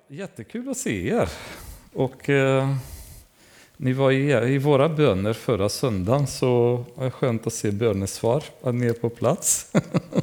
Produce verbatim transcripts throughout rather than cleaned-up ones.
Jättekul att se er. Och eh, ni var i, i våra böner förra söndagen, så är det skönt att se bönesvar att ni är på plats.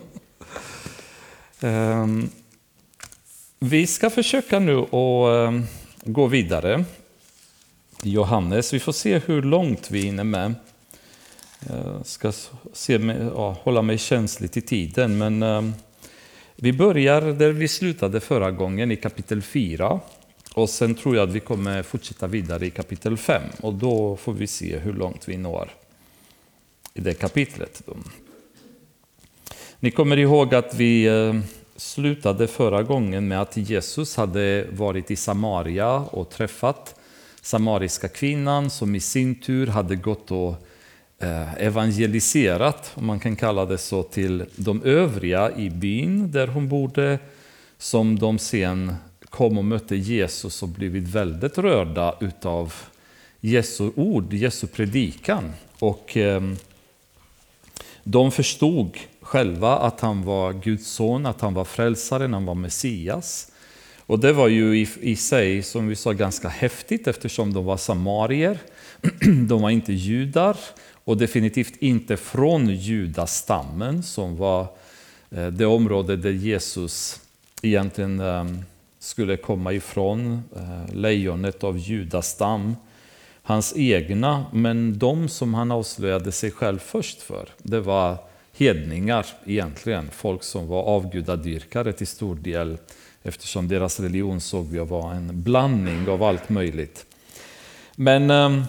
eh, vi ska försöka nu att eh, gå vidare. Johannes, vi får se hur långt vi är inne med. Jag ska se med, ja, hålla mig känsligt i tiden, men eh, vi börjar där vi slutade förra gången i kapitel fyra. Och sen tror jag att vi kommer fortsätta vidare i kapitel fem. Och då får vi se hur långt vi når i det kapitlet. Ni kommer ihåg att vi slutade förra gången med att Jesus hade varit i Samaria och träffat samariska kvinnan, som i sin tur hade gått och evangeliserat, om man kan kalla det så, till de övriga i byn där hon bodde, som de sen kom och mötte Jesus och blivit väldigt rörda utav Jesu ord, Jesu predikan. Och eh, de förstod själva att han var Guds son, att han var frälsaren, han var Messias. Och det var ju i, i sig, som vi sa, ganska häftigt, eftersom de var samarier. De var inte judar och definitivt inte från judastammen, som var eh, det område där Jesus egentligen eh, skulle komma ifrån, eh, lejonet av judastam, hans egna. Men de som han avslöjade sig själv först för, det var hedningar egentligen, folk som var avgudadyrkare till stor del, eftersom deras religion såg vi var en blandning av allt möjligt. Men eh,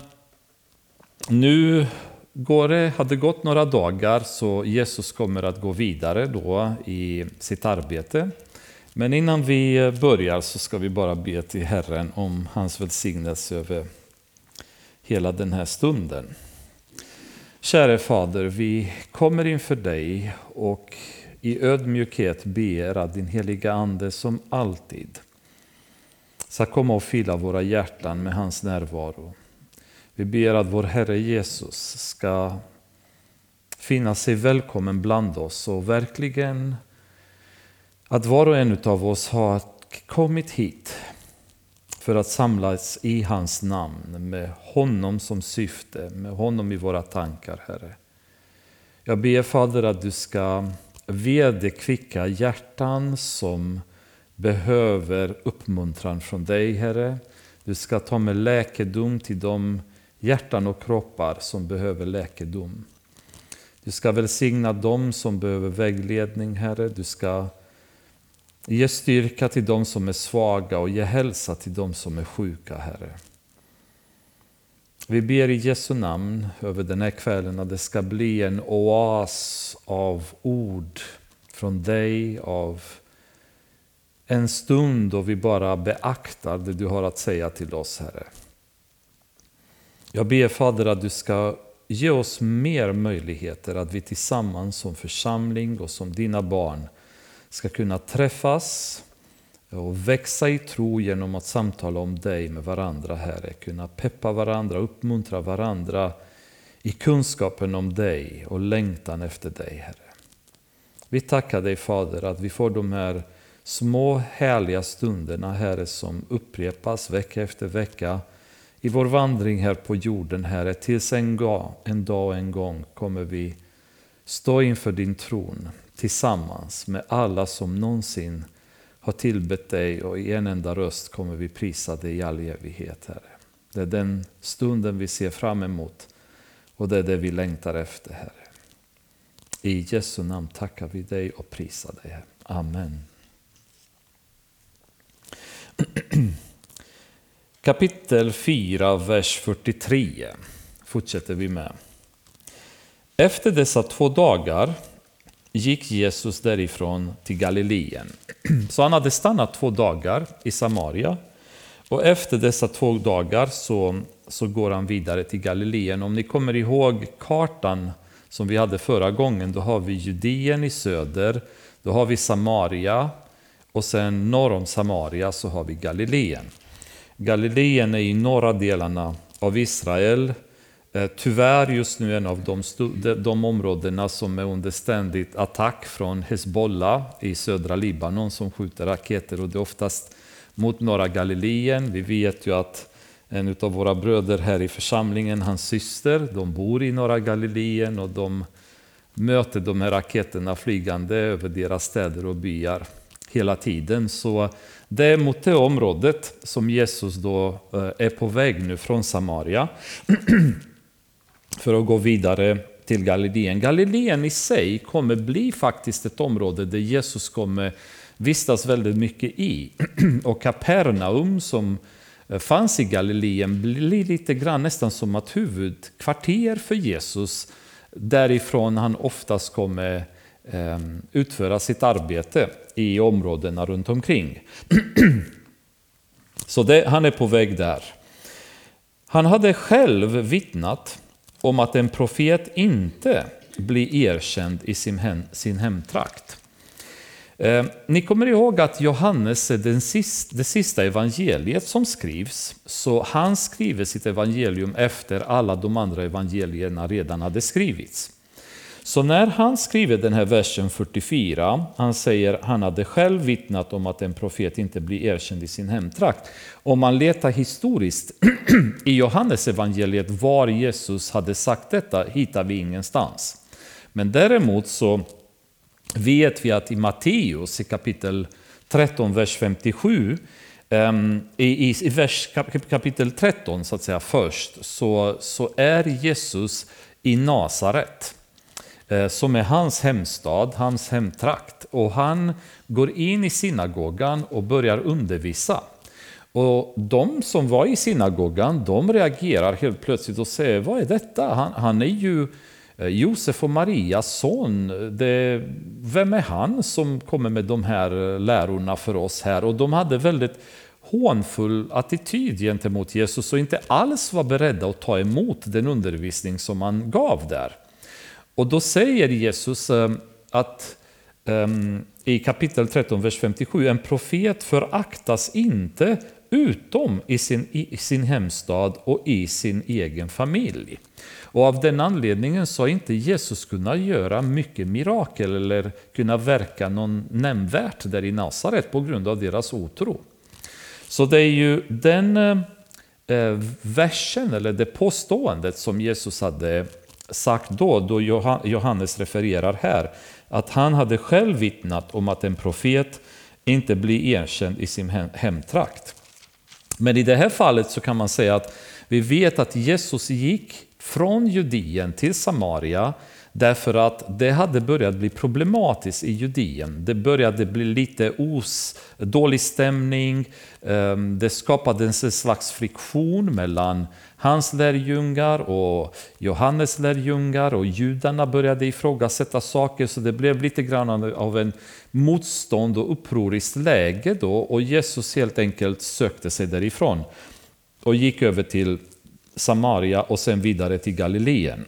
nu går det, hade gått några dagar, så Jesus kommer att gå vidare då i sitt arbete. Men innan vi börjar så ska vi bara be till Herren om hans välsignelse över hela den här stunden. Käre Fader, vi kommer inför dig och i ödmjukhet ber att din heliga ande som alltid ska komma och fylla våra hjärtan med hans närvaro. Vi ber att vår Herre Jesus ska finna sig välkommen bland oss, och verkligen att var och en av oss har kommit hit för att samlas i hans namn, med honom som syfte, med honom i våra tankar, Herre. Jag ber, Fader, att du ska vederkvicka hjärtan som behöver uppmuntran från dig, Herre. Du ska ta med läkedom till de hjärtan och kroppar som behöver läkedom. Du ska välsigna dem som behöver vägledning, Herre. Du ska ge styrka till dem som är svaga och ge hälsa till dem som är sjuka, Herre. Vi ber i Jesu namn över den här kvällen att det ska bli en oas av ord från dig, av en stund då vi bara beaktar det du har att säga till oss, Herre. Jag ber, Fader, att du ska ge oss mer möjligheter att vi tillsammans som församling och som dina barn ska kunna träffas och växa i tro genom att samtala om dig med varandra, Herre. Kunna peppa varandra, uppmuntra varandra i kunskapen om dig och längtan efter dig, Herre. Vi tackar dig, Fader, att vi får de här små härliga stunderna, Herre, som upprepas vecka efter vecka i vår vandring här på jorden, Herre. Tills en, gång, en dag och en gång kommer vi stå inför din tron tillsammans med alla som någonsin har tillbett dig, och i en enda röst kommer vi prisa dig i all evighet, Herre. Det är den stunden vi ser fram emot, och det är det vi längtar efter, Herre. I Jesu namn tackar vi dig och prisar dig, Herre. Amen. Kapitel fyra, vers fyrtiotre fortsätter vi med. Efter dessa två dagar gick Jesus därifrån till Galileen. Så han hade stannat två dagar i Samaria. Och efter dessa två dagar så, så går han vidare till Galileen. Om ni kommer ihåg kartan som vi hade förra gången, då har vi Judeen i söder. Då har vi Samaria. Och sen norr om Samaria så har vi Galileen. Galileen är i norra delarna av Israel. Tyvärr just nu en av de, de områdena som är under ständigt attack från Hezbollah i södra Libanon, som skjuter raketer, och det är oftast mot norra Galileen. Vi vet ju att en av våra bröder här i församlingen, hans syster, de bor i norra Galileen och de möter de här raketerna flygande över deras städer och byar hela tiden. Så det är mot det området som Jesus då är på väg nu från Samaria för att gå vidare till Galileen. Galileen i sig kommer bli faktiskt ett område där Jesus kommer vistas väldigt mycket i. Och Kapernaum som fanns i Galileen blir lite grann nästan som ett huvudkvarter för Jesus. Därifrån han oftast kommer eh, utföra sitt arbete i områdena runt omkring. Så det, han är på väg där. Han hade själv vittnat om att en profet inte blir erkänd i sin, hem, sin hemtrakt. Eh, ni kommer ihåg att Johannes är den sista, det sista evangeliet som skrivs. Så han skriver sitt evangelium efter alla de andra evangelierna redan hade skrivits. Så när han skriver den här versen fyrtiofyra, han säger han hade själv vittnat om att en profet inte blir erkänd i sin hemtrakt. Om man letar historiskt i Johannes evangeliet var Jesus hade sagt detta hittar vi ingenstans. Men däremot så vet vi att i Matteus i kapitel tretton, vers femtiosju, um, i, i vers, kapitel tretton så att säga först, så, så är Jesus i Nasaret, eh, som är hans hemstad, hans hemtrakt. Och han går in i synagogan och börjar undervisa. Och de som var i synagogan, de reagerar helt plötsligt och säger, vad är detta? Han, han är ju Josef och Marias son, det, vem är han som kommer med de här lärorna för oss här? Och de hade väldigt hånfull attityd gentemot Jesus och inte alls var beredda att ta emot den undervisning som han gav där. Och då säger Jesus att um, i kapitel tretton, vers femtiosju, en profet föraktas inte utom i sin, i sin hemstad och i sin egen familj. Och av den anledningen så har inte Jesus kunnat göra mycket mirakel eller kunna verka någon nämnvärt där i Nasaret på grund av deras otro. Så det är ju den eh, versen eller det påståendet som Jesus hade sagt då, då Johannes refererar här, att han hade själv vittnat om att en profet inte blir erkänd i sin hemtrakt. Men i det här fallet så kan man säga att vi vet att Jesus gick från Judeen till Samaria därför att det hade börjat bli problematiskt i Judeen. Det började bli lite os, dålig stämning. Det skapades en slags friktion mellan hans lärjungar och Johannes lärjungar, och judarna började ifrågasätta saker, så det blev lite grann av en motstånd och upproriskt läge då, och Jesus helt enkelt sökte sig därifrån och gick över till Samaria och sen vidare till Galileen.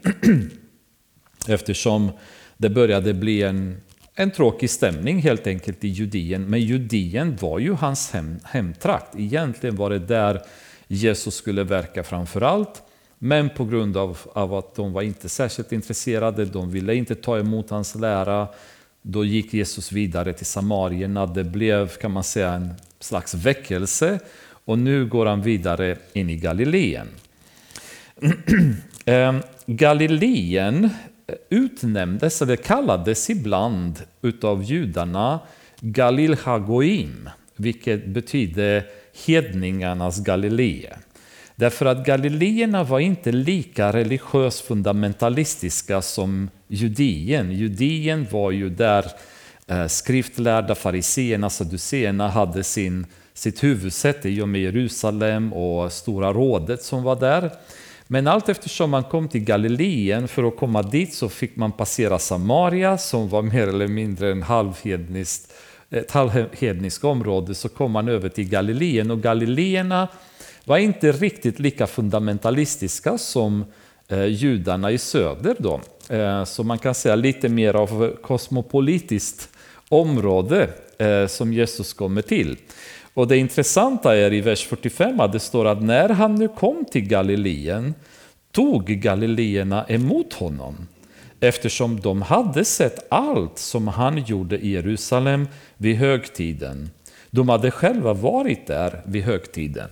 Eftersom det började bli en, en tråkig stämning helt enkelt i Judeen. Men Judeen var ju hans hem, hemtrakt. Egentligen var det där Jesus skulle verka framför allt. Men på grund av, av att de var inte särskilt intresserade, de ville inte ta emot hans lära, då gick Jesus vidare till Samarierna. Det blev, kan man säga, en slags väckelse. Och nu går han vidare in i Galileen. Galileen utnämndes eller kallades ibland utav judarna Galil Hagoim, vilket betyder hedningarnas Galilee. Därför att galileerna var inte lika religiöst fundamentalistiska som Judeen. Judeen var ju där skriftlärda fariseerna, sadduceerna hade sin, sitt huvudsäte i och med Jerusalem och Stora rådet som var där. Men allt eftersom man kom till Galileen, för att komma dit så fick man passera Samaria som var mer eller mindre en halvhedniskt, ett halvhedniskt område, så kom man över till Galileen. Och galileerna var inte riktigt lika fundamentalistiska som eh, judarna i söder då. Eh, så man kan säga lite mer av kosmopolitiskt område eh, som Jesus kommer till. Och det intressanta är i vers fyrtiofem att det står att när han nu kom till Galileen tog galileerna emot honom, eftersom de hade sett allt som han gjorde i Jerusalem vid högtiden. De hade själva varit där vid högtiden.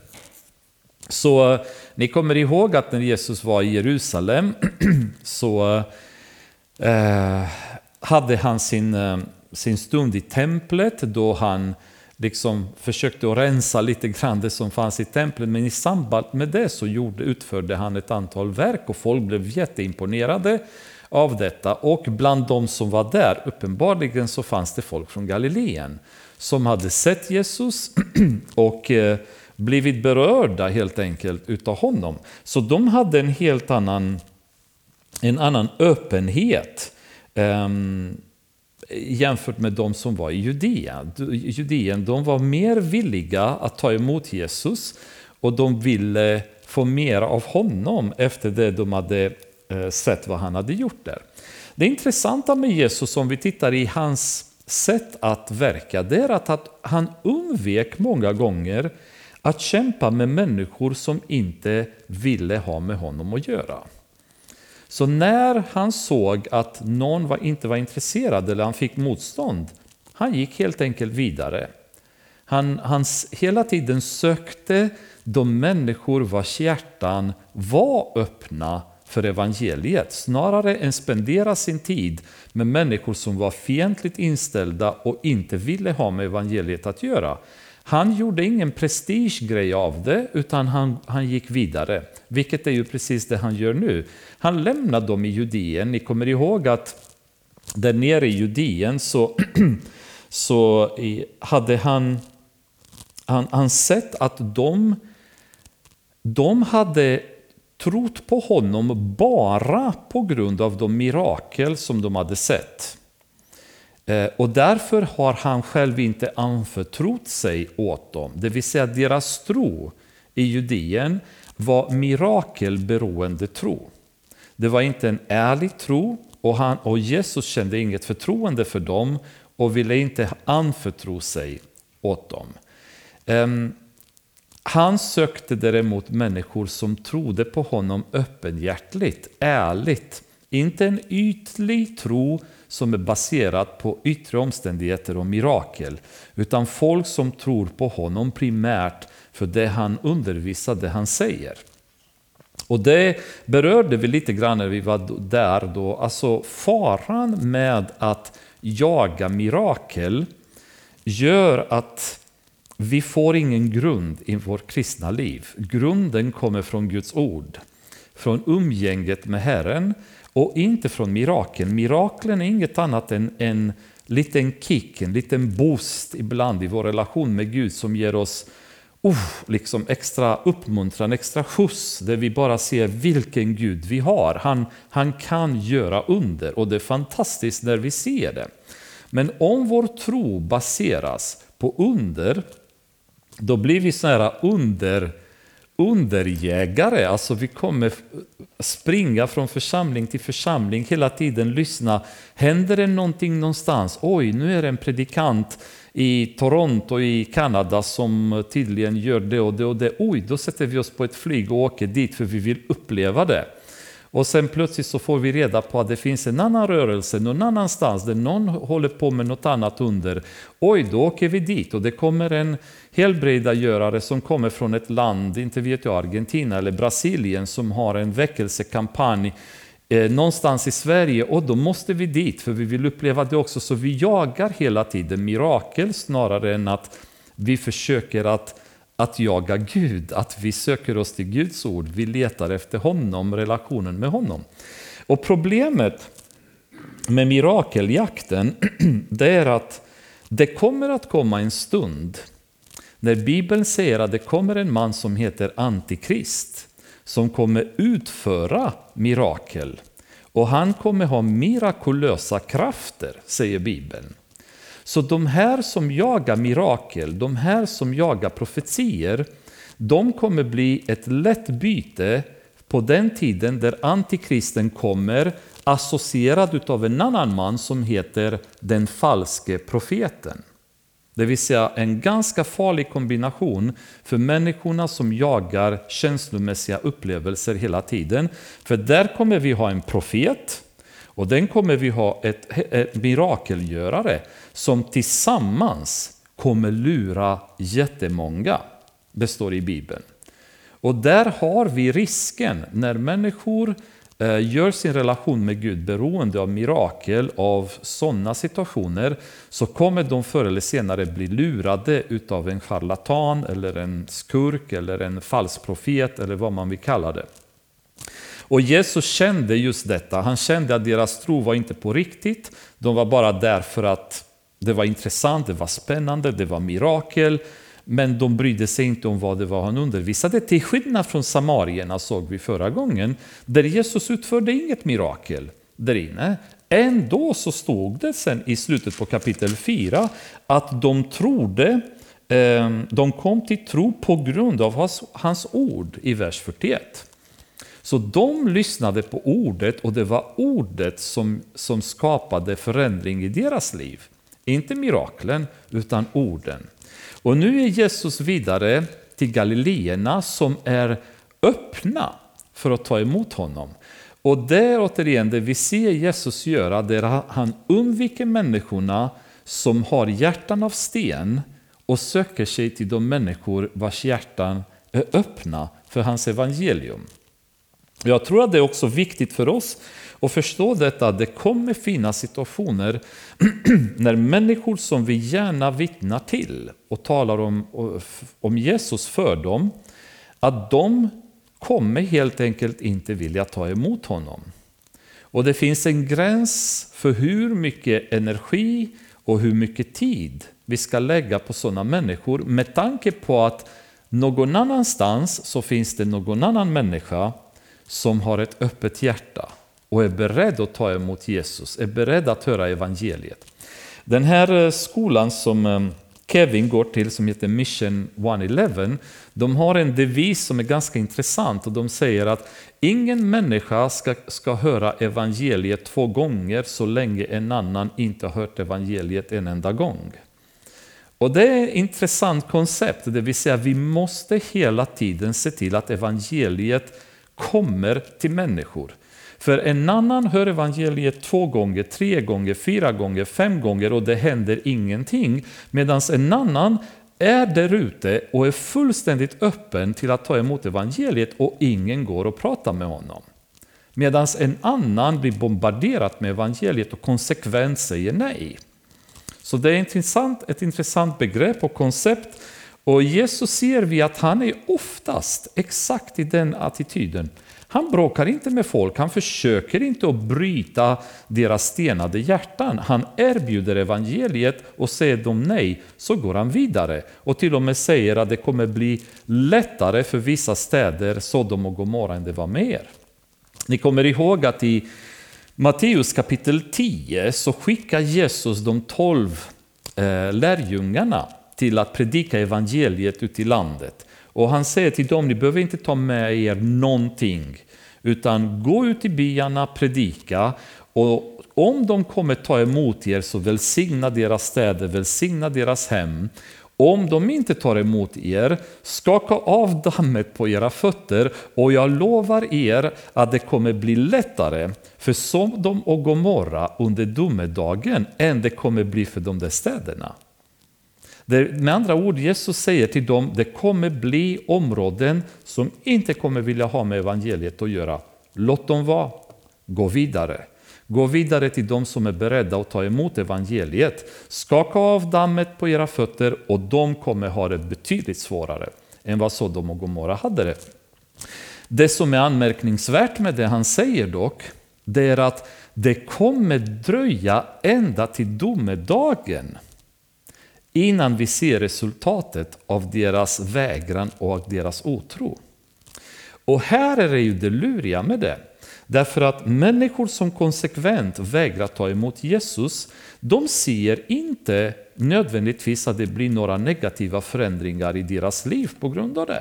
Så ni kommer ihåg att när Jesus var i Jerusalem så eh, hade han sin, sin stund i templet då han liksom försökte att rensa lite grann det som fanns i templet, men i samband med det så gjorde, utförde han ett antal verk och folk blev jätteimponerade av detta. Och bland de som var där, uppenbarligen så fanns det folk från Galileen som hade sett Jesus och eh, blivit berörda helt enkelt utav honom. Så de hade en helt annan, en annan öppenhet eh, jämfört med de som var i Judea. Judeen, de var mer villiga att ta emot Jesus och de ville få mer av honom efter det de hade sett vad han hade gjort där. Det intressanta med Jesus, om vi tittar i hans sätt att verka, det är att han undvek många gånger att kämpa med människor som inte ville ha med honom att göra. Så när han såg att någon var, inte var intresserad eller han fick motstånd, han gick helt enkelt vidare. Han, han hela tiden sökte de människor vars hjärtan var öppna för evangeliet, snarare än spendera sin tid med människor som var fientligt inställda och inte ville ha med evangeliet att göra. Han gjorde ingen prestigegrej av det, utan han, han gick vidare. Vilket är ju precis det han gör nu. Han lämnade dem i Judeen. Ni kommer ihåg att där nere i Judeen så, så hade han, han, han sett att de, de hade trott på honom bara på grund av de mirakel som de hade sett. Och därför har han själv inte anförtrott sig åt dem. Det vill säga deras tro i Judeen var mirakelberoende tro. Det var inte en ärlig tro och, han, och Jesus kände inget förtroende för dem och ville inte anförtro sig åt dem. Um, han sökte däremot människor som trodde på honom öppenhjärtligt, ärligt. Inte en ytlig tro som är baserad på yttre omständigheter och mirakel, utan folk som tror på honom primärt för det han undervisar, det han säger. Och det berörde vi lite grann när vi var där då. Alltså faran med att jaga mirakel gör att vi får ingen grund i vårt kristna liv. Grunden kommer från Guds ord, från umgänget med Herren och inte från mirakel. Miraklen är inget annat än en liten kick, en liten boost ibland i vår relation med Gud som ger oss uh, liksom extra uppmuntran, extra skjuts, där vi bara ser vilken Gud vi har. Han, han kan göra under och det är fantastiskt när vi ser det. Men om vår tro baseras på under, då blir vi sådana här under, underjägare. Alltså vi kommer springa från församling till församling, hela tiden lyssna. Händer det någonting någonstans? Oj, nu är det en predikant i Toronto i Kanada som tydligen gör det och det och det. Oj, då sätter vi oss på ett flyg och åker dit för vi vill uppleva det. Och sen plötsligt så får vi reda på att det finns en annan rörelse någon annanstans där någon håller på med något annat under. Oj, då åker vi dit och det kommer en helbrägdagörare som kommer från ett land, inte vet jag, Argentina eller Brasilien, som har en väckelsekampanj eh, någonstans i Sverige, och då måste vi dit för vi vill uppleva det också. Så vi jagar hela tiden mirakel snarare än att vi försöker att Att jaga Gud, att vi söker oss till Guds ord, vi letar efter honom, relationen med honom. Och problemet med mirakeljakten, det är att det kommer att komma en stund när Bibeln säger att det kommer en man som heter Antikrist, som kommer utföra mirakel. Och han kommer ha mirakulösa krafter, säger Bibeln. Så de här som jagar mirakel, de här som jagar profetier, de kommer bli ett lätt byte på den tiden där antikristen kommer associerad av en annan man som heter den falske profeten. Det vill säga en ganska farlig kombination för människorna som jagar känslomässiga upplevelser hela tiden. För där kommer vi ha en profet. Och den kommer vi ha ett, ett mirakelgörare som tillsammans kommer lura jättemånga. Det står i Bibeln. Och där har vi risken när människor eh, gör sin relation med Gud beroende av mirakel, av sådana situationer, så kommer de förr eller senare bli lurade utav en charlatan eller en skurk eller en falsk profet eller vad man vill kalla det. Och Jesus kände just detta. Han kände att deras tro var inte på riktigt. De var bara där för att det var intressant, det var spännande, det var mirakel. Men de brydde sig inte om vad det var han undervisade. Till skillnad från samarierna såg vi förra gången, där Jesus utförde inget mirakel där inne. Ändå så stod det sen i slutet på kapitel fyra att de trodde, de kom till tro på grund av hans, hans ord i vers fyrtioett. Så de lyssnade på ordet och det var ordet som, som skapade förändring i deras liv. Inte miraklen utan orden. Och nu är Jesus vidare till Galileerna som är öppna för att ta emot honom. Och där återigen det vi ser Jesus göra, där han undviker människorna som har hjärtan av sten och söker sig till de människor vars hjärtan är öppna för hans evangelium. Jag tror att det är också viktigt för oss att förstå detta. Det kommer finnas situationer när människor som vi gärna vittnar till och talar om, om Jesus för dem, att de kommer helt enkelt inte vilja ta emot honom. Och det finns en gräns för hur mycket energi och hur mycket tid vi ska lägga på sådana människor, med tanke på att någon annanstans så finns det någon annan människa som har ett öppet hjärta och är beredd att ta emot Jesus, är beredd att höra evangeliet. Den här skolan som Kevin går till, som heter Mission one eleven, de har en devis som är ganska intressant, och de säger att ingen människa ska, ska höra evangeliet två gånger så länge en annan inte har hört evangeliet en enda gång. Och det är ett intressant koncept, det vill säga vi måste hela tiden se till att evangeliet kommer till människor. För en annan hör evangeliet två gånger, tre gånger, fyra gånger, fem gånger och det händer ingenting. Medan en annan är där ute och är fullständigt öppen till att ta emot evangeliet och ingen går och pratar med honom. Medan en annan blir bombarderad med evangeliet och konsekvent säger nej. Så det är ett intressant, ett intressant begrepp och koncept. Och Jesus ser vi att han är oftast exakt i den attityden. Han bråkar inte med folk, han försöker inte att bryta deras stenade hjärtan. Han erbjuder evangeliet och säger de nej, så går han vidare. Och till och med säger att det kommer bli lättare för vissa städer, Sodom och Gomorra, än det var mer. Ni kommer ihåg att i Matteus kapitel tio så skickar Jesus de tolv eh, lärjungarna till att predika evangeliet ut i landet. Och han säger till dem, ni behöver inte ta med er någonting, utan gå ut i byarna, predika, och om de kommer ta emot er så välsigna deras städer, välsigna deras hem. Om de inte tar emot er, skaka av dammet på era fötter, och jag lovar er att det kommer bli lättare för Sodom och Gomorra under domedagen än det kommer bli för de där städerna. Det, med andra ord, Jesus säger till dem, det kommer bli områden som inte kommer vilja ha med evangeliet att göra. Låt dem vara. Gå vidare. Gå vidare till de som är beredda att ta emot evangeliet. Skaka av dammet på era fötter och de kommer ha det betydligt svårare än vad Sodom och Gomorra hade det. Det som är anmärkningsvärt med det han säger dock, det är att det kommer dröja ända till domedagen innan vi ser resultatet av deras vägran och av deras otro. Och här är det ju det luriga med det. Därför att människor som konsekvent vägrar ta emot Jesus, de ser inte nödvändigtvis att det blir några negativa förändringar i deras liv på grund av det.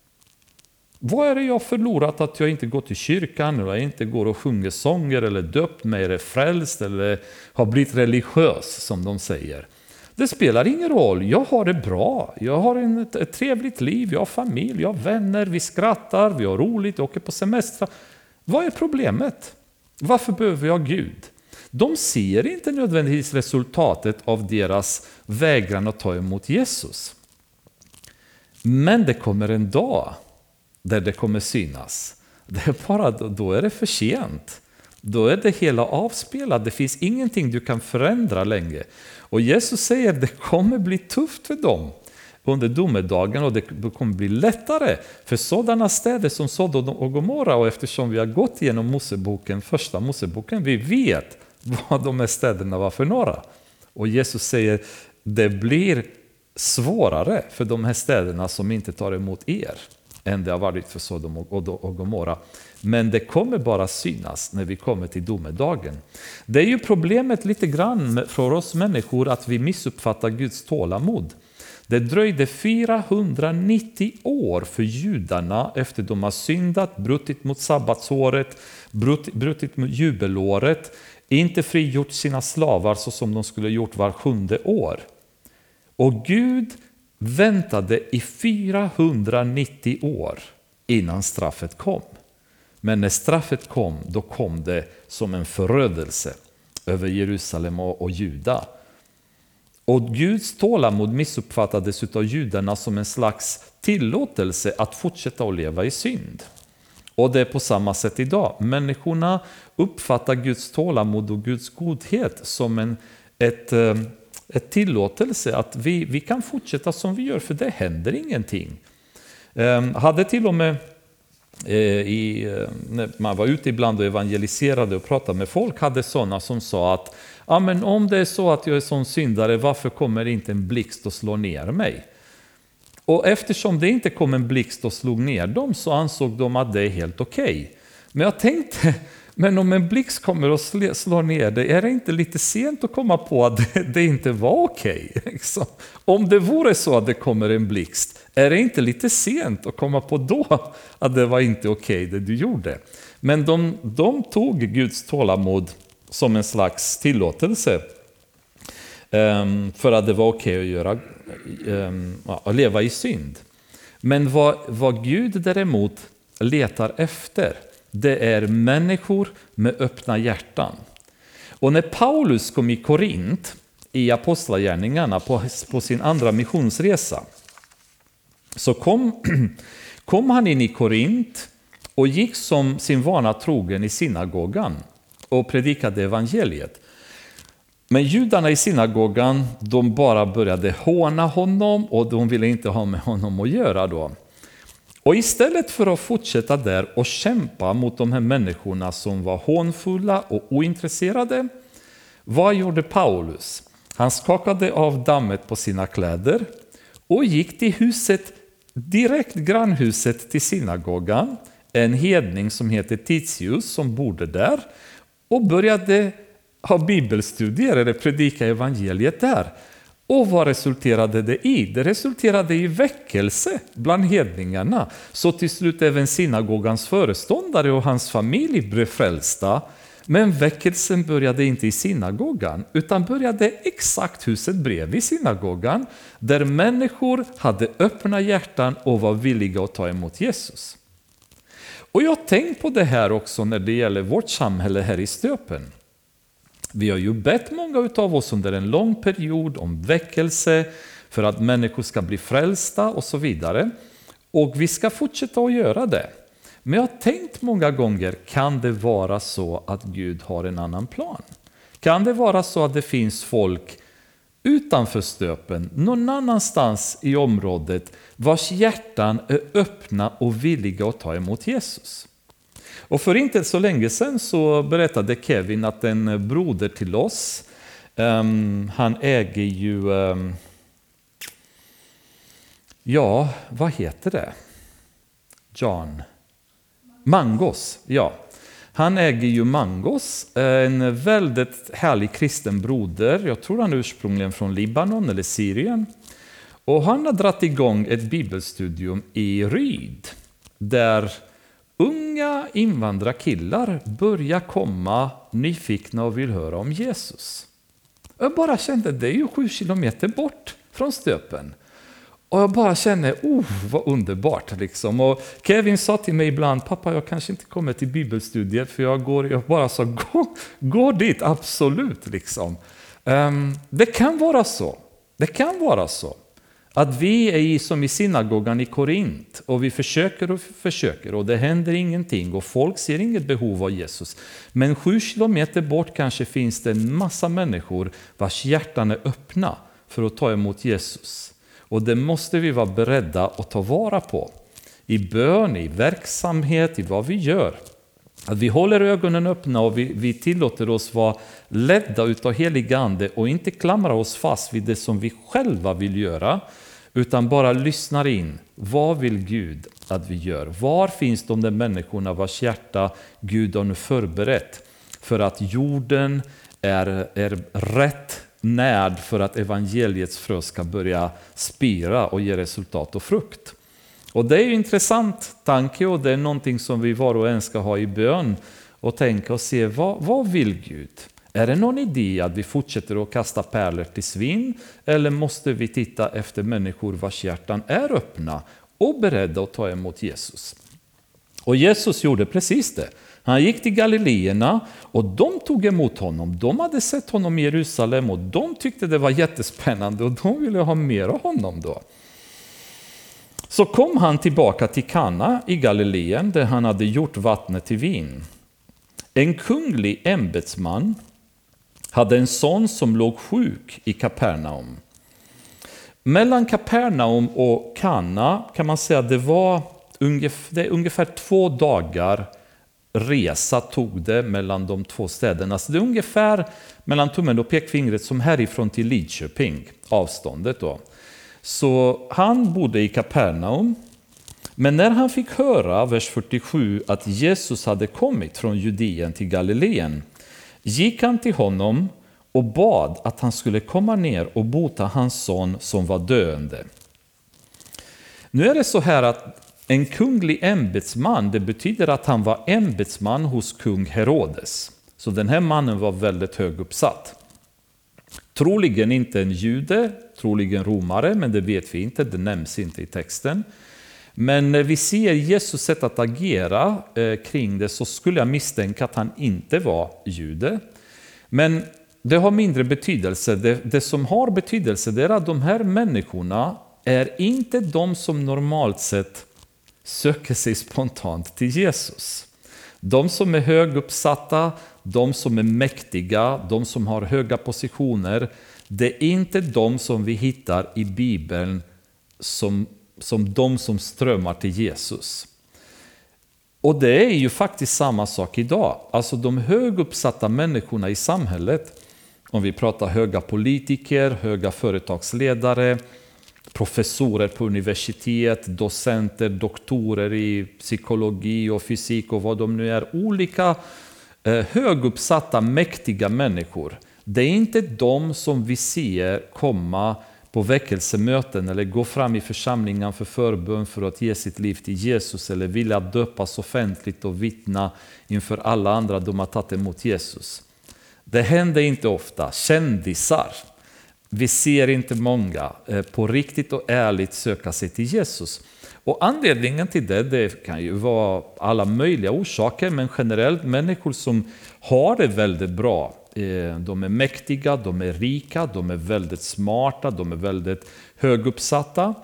Vad är det jag förlorat att jag inte går till kyrkan, eller inte går och sjunger sånger, eller döpt mig, eller frälst, eller har blivit religiös som de säger? Det spelar ingen roll, jag har det bra, jag har en, ett trevligt liv, jag har familj, jag har vänner, vi skrattar, vi har roligt, åker på semester. Vad är problemet? Varför behöver jag Gud? De ser inte nödvändigtvis resultatet av deras vägran att ta emot Jesus. Men det kommer en dag där det kommer synas. Det är bara då, då är det för sent. Då är det hela avspelat. Det finns ingenting du kan förändra längre. Och Jesus säger att det kommer bli tufft för dem under domedagen, och det kommer bli lättare för sådana städer som Sodom och Gomorra. Och eftersom vi har gått igenom Moseboken, första Moseboken, vi vet vad de här städerna var för några. Och Jesus säger det blir svårare för de här städerna som inte tar emot er än det har varit för Sodom och Gomorra. Men det kommer bara synas när vi kommer till domedagen. Det är ju problemet lite grann för oss människor att vi missuppfattar Guds tålamod. Det dröjde fyrahundranittio år för judarna efter de har syndat, brutit mot sabbatsåret, brutit, brutit mot jubelåret, inte frigjort sina slavar så som de skulle gjort var sjunde år. Och Gud väntade i fyrahundranittio år innan straffet kom. Men när straffet kom, då kom det som en förödelse över Jerusalem och Juda. Och Guds tålamod missuppfattades av judarna som en slags tillåtelse att fortsätta att leva i synd. Och det är på samma sätt idag. Människorna uppfattar Guds tålamod och Guds godhet som en ett, ett tillåtelse att vi, vi kan fortsätta som vi gör, för det händer ingenting. Um, hade till och med eh, i, när man var ute ibland och evangeliserade och pratade med folk, hade sådana som sa att ja, men om det är så att jag är sån syndare, varför kommer inte en blixt och slår ner mig? Och eftersom det inte kom en blixt och slog ner dem, så ansåg de att det är helt okej. Okay. Men jag tänkte, men om en blixt kommer och slår ner det, är det inte lite sent att komma på att det, det inte var okej? Okay? Liksom. Om det vore så att det kommer en blixt, är det inte lite sent att komma på då att det var inte okej okay, det du gjorde? Men de, de tog Guds tålamod som en slags tillåtelse um, för att det var okej att göra, um, att leva i synd. Men vad, vad Gud däremot letar efter, det är människor med öppna hjärtan. Och när Paulus kom i Korint i apostlagärningarna på, på sin andra missionsresa, så kom, kom han in i Korint och gick som sin vana trogen i synagogan och predikade evangeliet. Men judarna i synagogan, de bara började håna honom och de ville inte ha med honom att göra då. Och istället för att fortsätta där och kämpa mot de här människorna som var hånfulla och ointresserade, vad gjorde Paulus? Han skakade av dammet på sina kläder och gick till huset, direkt grannhuset till synagogan, en hedning som heter Titius som bodde där, och började ha bibelstudier eller predika evangeliet där. Och vad resulterade det i? Det resulterade i väckelse bland hedningarna. Så till slut även synagogans föreståndare och hans familj blev frälsta. Men väckelsen började inte i synagogan, utan började exakt huset bredvid synagogan, där människor hade öppna hjärtan och var villiga att ta emot Jesus. Och jag har tänkt på det här också när det gäller vårt samhälle här i Stöpen. Vi har ju bett många av oss under en lång period om väckelse för att människor ska bli frälsta och så vidare. Och vi ska fortsätta att göra det. Men jag har tänkt många gånger, kan det vara så att Gud har en annan plan? Kan det vara så att det finns folk utanför Stöpen, någon annanstans i området, vars hjärtan är öppna och villiga att ta emot Jesus? Och för inte så länge sedan så berättade Kevin att en broder till oss, um, han äger ju, um, ja, vad heter det? John. Mangos, ja. Han äger ju Mangos, en väldigt härlig kristen broder. Jag tror han är ursprungligen från Libanon eller Syrien. Och han har dratt igång ett bibelstudium i Ryd, där unga invandrarkillar börjar komma nyfikna och vill höra om Jesus. Jag bara kände, det är ju sju kilometer bort från Stöpen. Och jag bara känner, oh vad underbart liksom. Och Kevin sa till mig ibland, pappa jag kanske inte kommer till bibelstudiet för jag går, jag bara sa, gå, gå dit, absolut liksom. Um, det kan vara så, det kan vara så. Att vi är i, som i synagogan i Korint och vi försöker och försöker och det händer ingenting och folk ser inget behov av Jesus. Men sju kilometer bort kanske finns det en massa människor vars hjärtan är öppna för att ta emot Jesus. Och det måste vi vara beredda att ta vara på. I bön, i verksamhet, i vad vi gör. Att vi håller ögonen öppna och vi, vi tillåter oss vara ledda utav helig ande och inte klamra oss fast vid det som vi själva vill göra. Utan bara lyssnar in. Vad vill Gud att vi gör? Var finns de där människorna vars hjärta Gud har nu förberett? För att jorden är, är rätt närd för att evangeliets frö ska börja spira och ge resultat och frukt. Och det är ju intressant tanke och det är någonting som vi var och en ska ha i bön och tänka och se vad, vad vill Gud? Är det någon idé att vi fortsätter att kasta pärlor till svin eller måste vi titta efter människor vars hjärtan är öppna och beredda att ta emot Jesus? Och Jesus gjorde precis det. Han gick till Galileerna och de tog emot honom. De hade sett honom i Jerusalem och de tyckte det var jättespännande och de ville ha mer av honom då. Så kom han tillbaka till Kana i Galileen där han hade gjort vattnet till vin. En kunglig ämbetsman hade en son som låg sjuk i Kapernaum. Mellan Kapernaum och Kana kan man säga att det var ungefär, det ungefär två dagar resa tog det mellan de två städerna. Så det är ungefär mellan tummen och pekfingret som härifrån till Lidköping, avståndet då. Så han bodde i Kapernaum. Men när han fick höra, vers fyrtiosju, att Jesus hade kommit från Judeen till Galileen, gick han till honom och bad att han skulle komma ner och bota hans son som var döende. Nu är det så här att en kunglig ämbetsman, det betyder att han var ämbetsman hos kung Herodes. Så den här mannen var väldigt hög uppsatt. Troligen inte en jude, troligen romare, men det vet vi inte, det nämns inte i texten. Men när vi ser Jesus sätt att agera eh, kring det så skulle jag misstänka att han inte var jude. Men det har mindre betydelse. Det, det som har betydelse det är att de här människorna är inte de som normalt sett söker sig spontant till Jesus. De som är höguppsatta, de som är mäktiga, de som har höga positioner, det är inte de som vi hittar i Bibeln som, som de som strömmar till Jesus. Och det är ju faktiskt samma sak idag. Alltså de höguppsatta människorna i samhället, om vi pratar höga politiker, höga företagsledare, professorer på universitet, docenter, doktorer i psykologi och fysik och vad de nu är. Olika eh, höguppsatta, mäktiga människor. Det är inte de som vi ser komma på väckelsemöten eller gå fram i församlingen för förbön för att ge sitt liv till Jesus eller vilja döpas offentligt och vittna inför alla andra de har tagit emot Jesus. Det händer inte ofta. Kändisar. Vi ser inte många på riktigt och ärligt söka sig till Jesus. Och anledningen till det, det kan ju vara alla möjliga orsaker, men generellt människor som har det väldigt bra. De är mäktiga, de är rika, de är väldigt smarta, de är väldigt höguppsatta.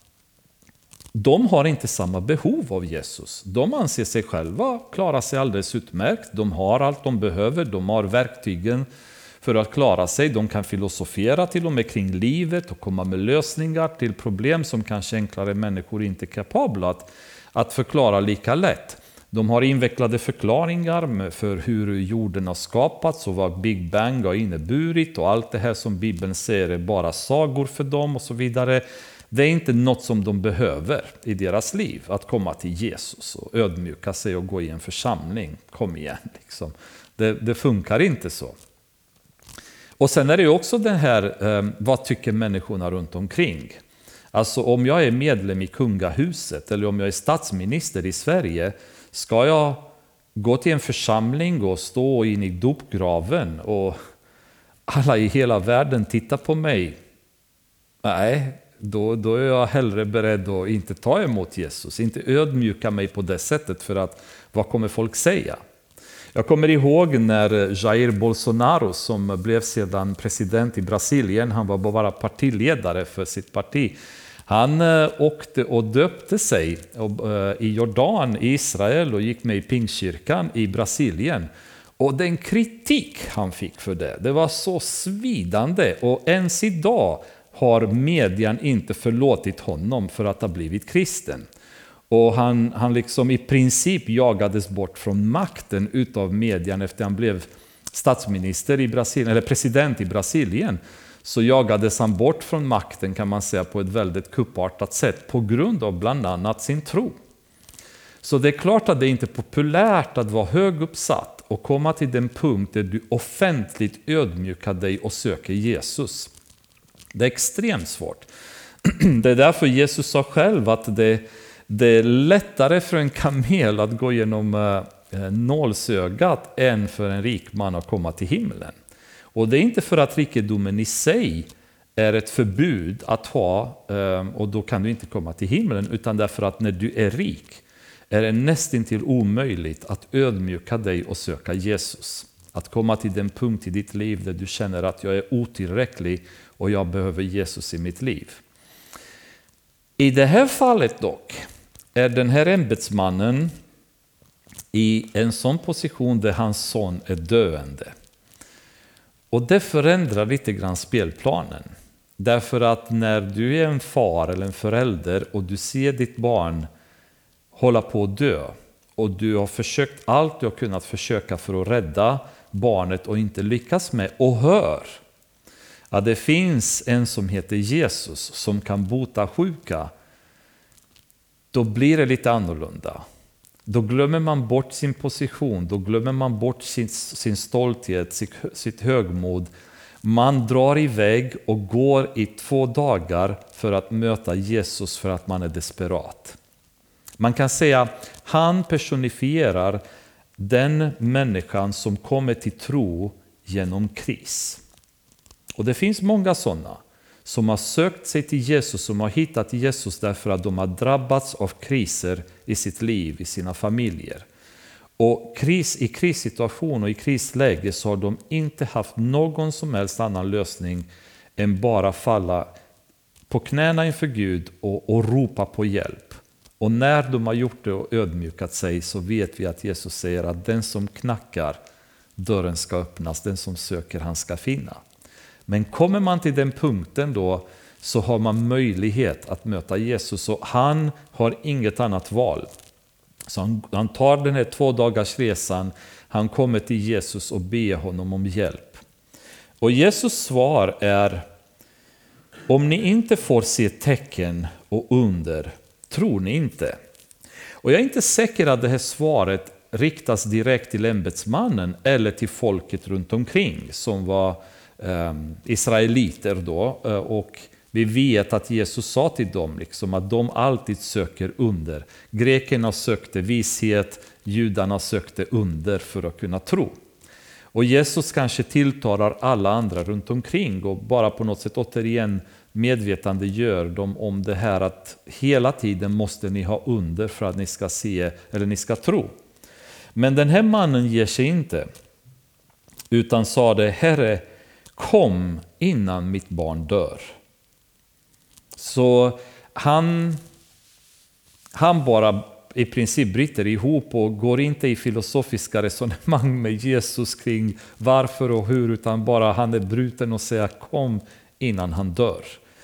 De har inte samma behov av Jesus. De anser sig själva klara sig alldeles utmärkt. De har allt de behöver, de har verktygen för att klara sig. De kan filosofera till och med kring livet och komma med lösningar till problem som kanske enklare människor inte är kapabla att, att förklara lika lätt. De har invecklade förklaringar för hur jorden har skapats och vad Big Bang har inneburit och allt det här som Bibeln säger är bara sagor för dem och så vidare. Det är inte något som de behöver i deras liv, att komma till Jesus och ödmjuka sig och gå i en församling. Kom igen, liksom. Det, det funkar inte så. Och sen är det också det här, eh, vad tycker människorna runt omkring? Alltså om jag är medlem i kungahuset eller om jag är statsminister i Sverige, ska jag gå till en församling och stå in i dopgraven och alla i hela världen tittar på mig? Nej, då, då är jag hellre beredd att inte ta emot Jesus, inte ödmjuka mig på det sättet, för att vad kommer folk säga? Jag kommer ihåg när Jair Bolsonaro, som blev sedan president i Brasilien, han var bara partiledare för sitt parti. Han åkte och döpte sig i Jordan, i Israel, och gick med i Pingstkyrkan i Brasilien. Och den kritik han fick för det, det var så svidande. Och ens idag har median inte förlåtit honom för att ha blivit kristen. Och han, han liksom i princip jagades bort från makten utav median efter han blev statsminister i Brasilien, eller president i Brasilien. Så jagades han bort från makten, kan man säga, på ett väldigt kuppartat sätt på grund av bland annat sin tro. Så det är klart att det inte är populärt att vara höguppsatt och komma till den punkt där du offentligt ödmjukar dig och söker Jesus. Det är extremt svårt. Det är därför Jesus sa själv att det, det är lättare för en kamel att gå genom eh, nålsögat än för en rik man att komma till himlen. Och det är inte för att rikedomen i sig är ett förbud att ha, eh, och då kan du inte komma till himlen, utan därför att när du är rik är det nästintill omöjligt att ödmjuka dig och söka Jesus. Att komma till den punkt i ditt liv där du känner att jag är otillräcklig och jag behöver Jesus i mitt liv. I det här fallet dock är den här ämbetsmannen i en sån position där hans son är döende. Och det förändrar lite grann spelplanen. Därför att när du är en far eller en förälder och du ser ditt barn hålla på att dö, och du har försökt allt du har kunnat försöka för att rädda barnet och inte lyckas med, och hör att det finns en som heter Jesus som kan bota sjuka, då blir det lite annorlunda. Då glömmer man bort sin position, då glömmer man bort sin, sin stolthet, sitt, sitt högmod. Man drar iväg och går i två dagar för att möta Jesus för att man är desperat. Man kan säga att han personifierar den människan som kommer till tro genom kris. Och det finns många sådana som har sökt sig till Jesus, som har hittat Jesus därför att de har drabbats av kriser i sitt liv, i sina familjer. Och kris, i krissituation och i krisläge så har de inte haft någon som helst annan lösning än bara falla på knäna inför Gud och, och ropa på hjälp. Och när de har gjort det och ödmjukat sig, så vet vi att Jesus säger att den som knackar, dörren ska öppnas, den som söker, han ska finna. Men kommer man till den punkten då, så har man möjlighet att möta Jesus, och han har inget annat val. Så han, han tar den här två dagars resan, han kommer till Jesus och ber honom om hjälp. Och Jesus svar är: om ni inte får se tecken och under, tror ni inte? Och jag är inte säker att det här svaret riktas direkt till ämbetsmannen eller till folket runt omkring som var eh, israeliter då. Och vi vet att Jesus sa till dem liksom att de alltid söker under. Grekerna sökte vishet, judarna sökte under för att kunna tro. Och Jesus kanske tilltalar alla andra runt omkring och bara på något sätt återigen medvetande gör dem om det här att hela tiden måste ni ha under för att ni ska se eller ni ska tro. Men den här mannen ger sig inte, utan sa det: Herre, kom innan mitt barn dör. Så han, han bara i princip bryter ihop och går inte i filosofiska resonemang med Jesus kring varför och hur, utan bara han är bruten och säger kom innan han dör.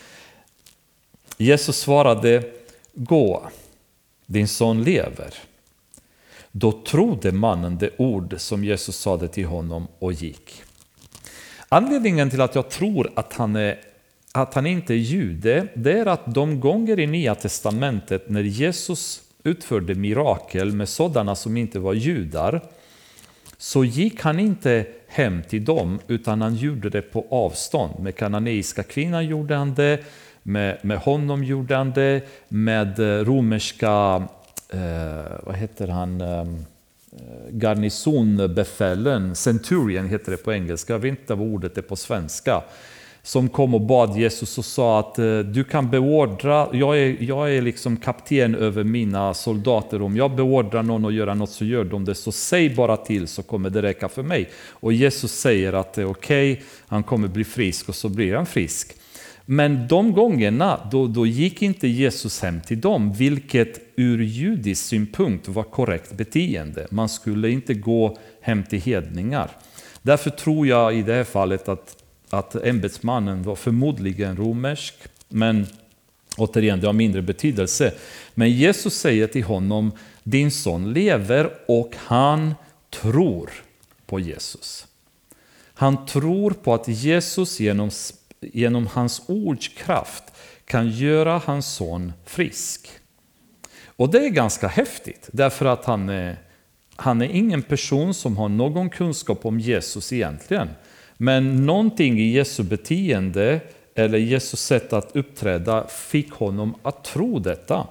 Jesus svarade: gå, din son lever. Då trodde mannen det ord som Jesus sade till honom och gick. Anledningen till att jag tror att han är att han inte är jude, det är att de gånger i Nya testamentet när Jesus utförde mirakel med sådana som inte var judar, så gick han inte hem till dem, utan han gjorde det på avstånd. Med kananeiska kvinnan gjorde han det, med, med honom gjorde han det, med romerska eh, vad heter han eh, garnisonbefälen, centurion heter det på engelska, jag vet inte vad ordet är på svenska. som kom och bad Jesus och sa att du kan beordra, jag är, jag är liksom kapten över mina soldater, om jag beordrar någon att göra något så gör de det, så säg bara till så kommer det räcka för mig. Och Jesus säger att det är okej, okay, han kommer bli frisk, och så blir han frisk. Men de gångerna då, då gick inte Jesus hem till dem, vilket ur judisk synpunkt var korrekt beteende. Man skulle inte gå hem till hedningar. Därför tror jag i det här fallet att att ämbetsmannen var förmodligen romersk, men återigen, det har mindre betydelse. Men Jesus säger till honom, din son lever, och han tror på Jesus. Han tror på att Jesus genom, genom hans ords kraft kan göra hans son frisk. Och det är ganska häftigt, därför att han är, han är ingen person som har någon kunskap om Jesus egentligen. Men någonting i Jesu beteende eller Jesu sätt att uppträda fick honom att tro detta.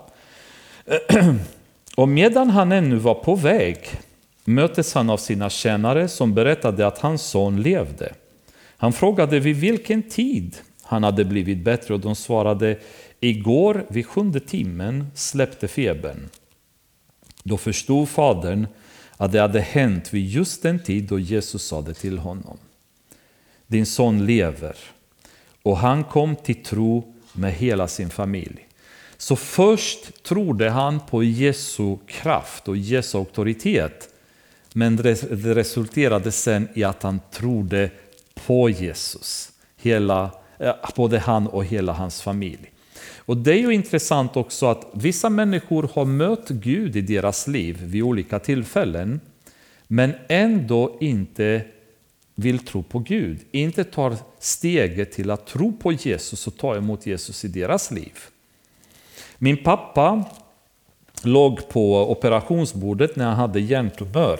Och medan han ännu var på väg möttes han av sina tjänare som berättade att hans son levde. Han frågade vid vilken tid han hade blivit bättre, och de svarade, igår vid sjunde timmen släppte febern. Då förstod fadern att det hade hänt vid just den tid då Jesus sa det till honom. Din son lever. Och han kom till tro med hela sin familj. Så först trodde han på Jesu kraft och Jesu auktoritet. Men det resulterade sen i att han trodde på Jesus. Hela, både han och hela hans familj. Och det är ju intressant också att vissa människor har mött Gud i deras liv vid olika tillfällen. Men ändå inte vill tro på Gud, inte tar steget till att tro på Jesus och ta emot Jesus i deras liv. Min pappa låg på operationsbordet när han hade hjärntumör.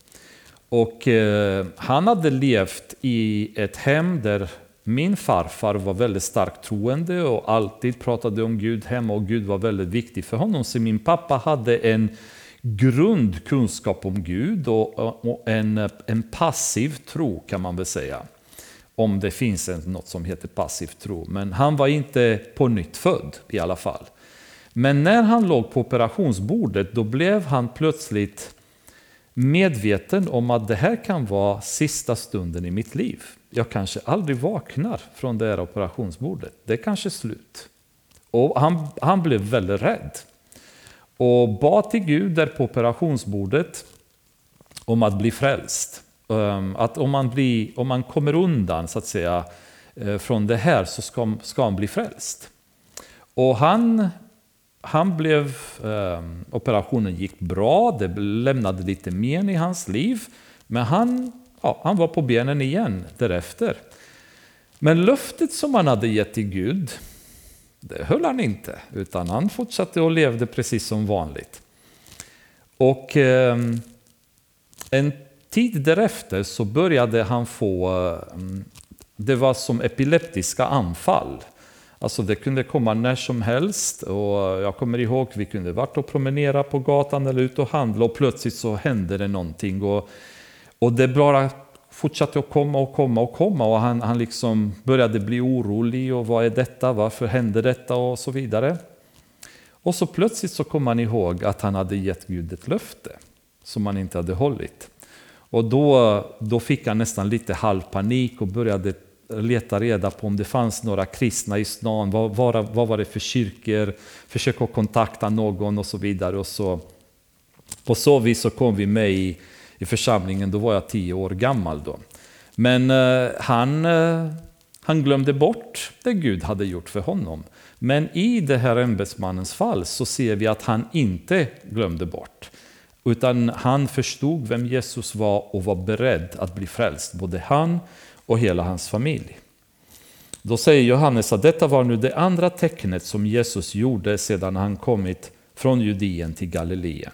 Och eh, han hade levt i ett hem där min farfar var väldigt starkt troende och alltid pratade om Gud hemma, och Gud var väldigt viktig för honom. Så min pappa hade en grundkunskap om Gud och en, en passiv tro, kan man väl säga. Om det finns något som heter passiv tro. Men han var inte på nytt född i alla fall. Men när han låg på operationsbordet, då blev han plötsligt medveten om att det här kan vara sista stunden i mitt liv. Jag kanske aldrig vaknar från det här operationsbordet. Det är kanske slut. Och han, han blev väldigt rädd. Och bad till Gud där på operationsbordet om att bli frälst. Att om man, blir, om man kommer undan så att säga från det här, så ska, ska han bli frälst. Och han, han blev, operationen gick bra, det lämnade lite men i hans liv. Men han, ja, han var på benen igen därefter. Men löftet som han hade gett till Gud, det höll han inte, utan han fortsatte och levde precis som vanligt. Och eh, en tid därefter så började han få, eh, det var som epileptiska anfall. Alltså det kunde komma när som helst, och jag kommer ihåg vi kunde varit och promenera på gatan eller ut och handla, och plötsligt så hände det någonting. Och, och det bara fortsatte att komma och komma och komma, och han, han liksom började bli orolig, och vad är detta, varför hände detta och så vidare. Och så plötsligt så kom han ihåg att han hade gett Gud ett löfte som han inte hade hållit. Och då, då fick han nästan lite halvpanik och började leta reda på om det fanns några kristna i stan, vad, vad, vad var det för kyrkor, försöka kontakta någon och så vidare. Och så, på så vis så kom vi med i I församlingen, då var jag tio år gammal då. Men eh, han, eh, han glömde bort det Gud hade gjort för honom. Men i det här ämbetsmannens fall så ser vi att han inte glömde bort. Utan han förstod vem Jesus var och var beredd att bli frälst. Både han och hela hans familj. Då säger Johannes att detta var nu det andra tecknet som Jesus gjorde sedan han kommit från Judeen till Galileen.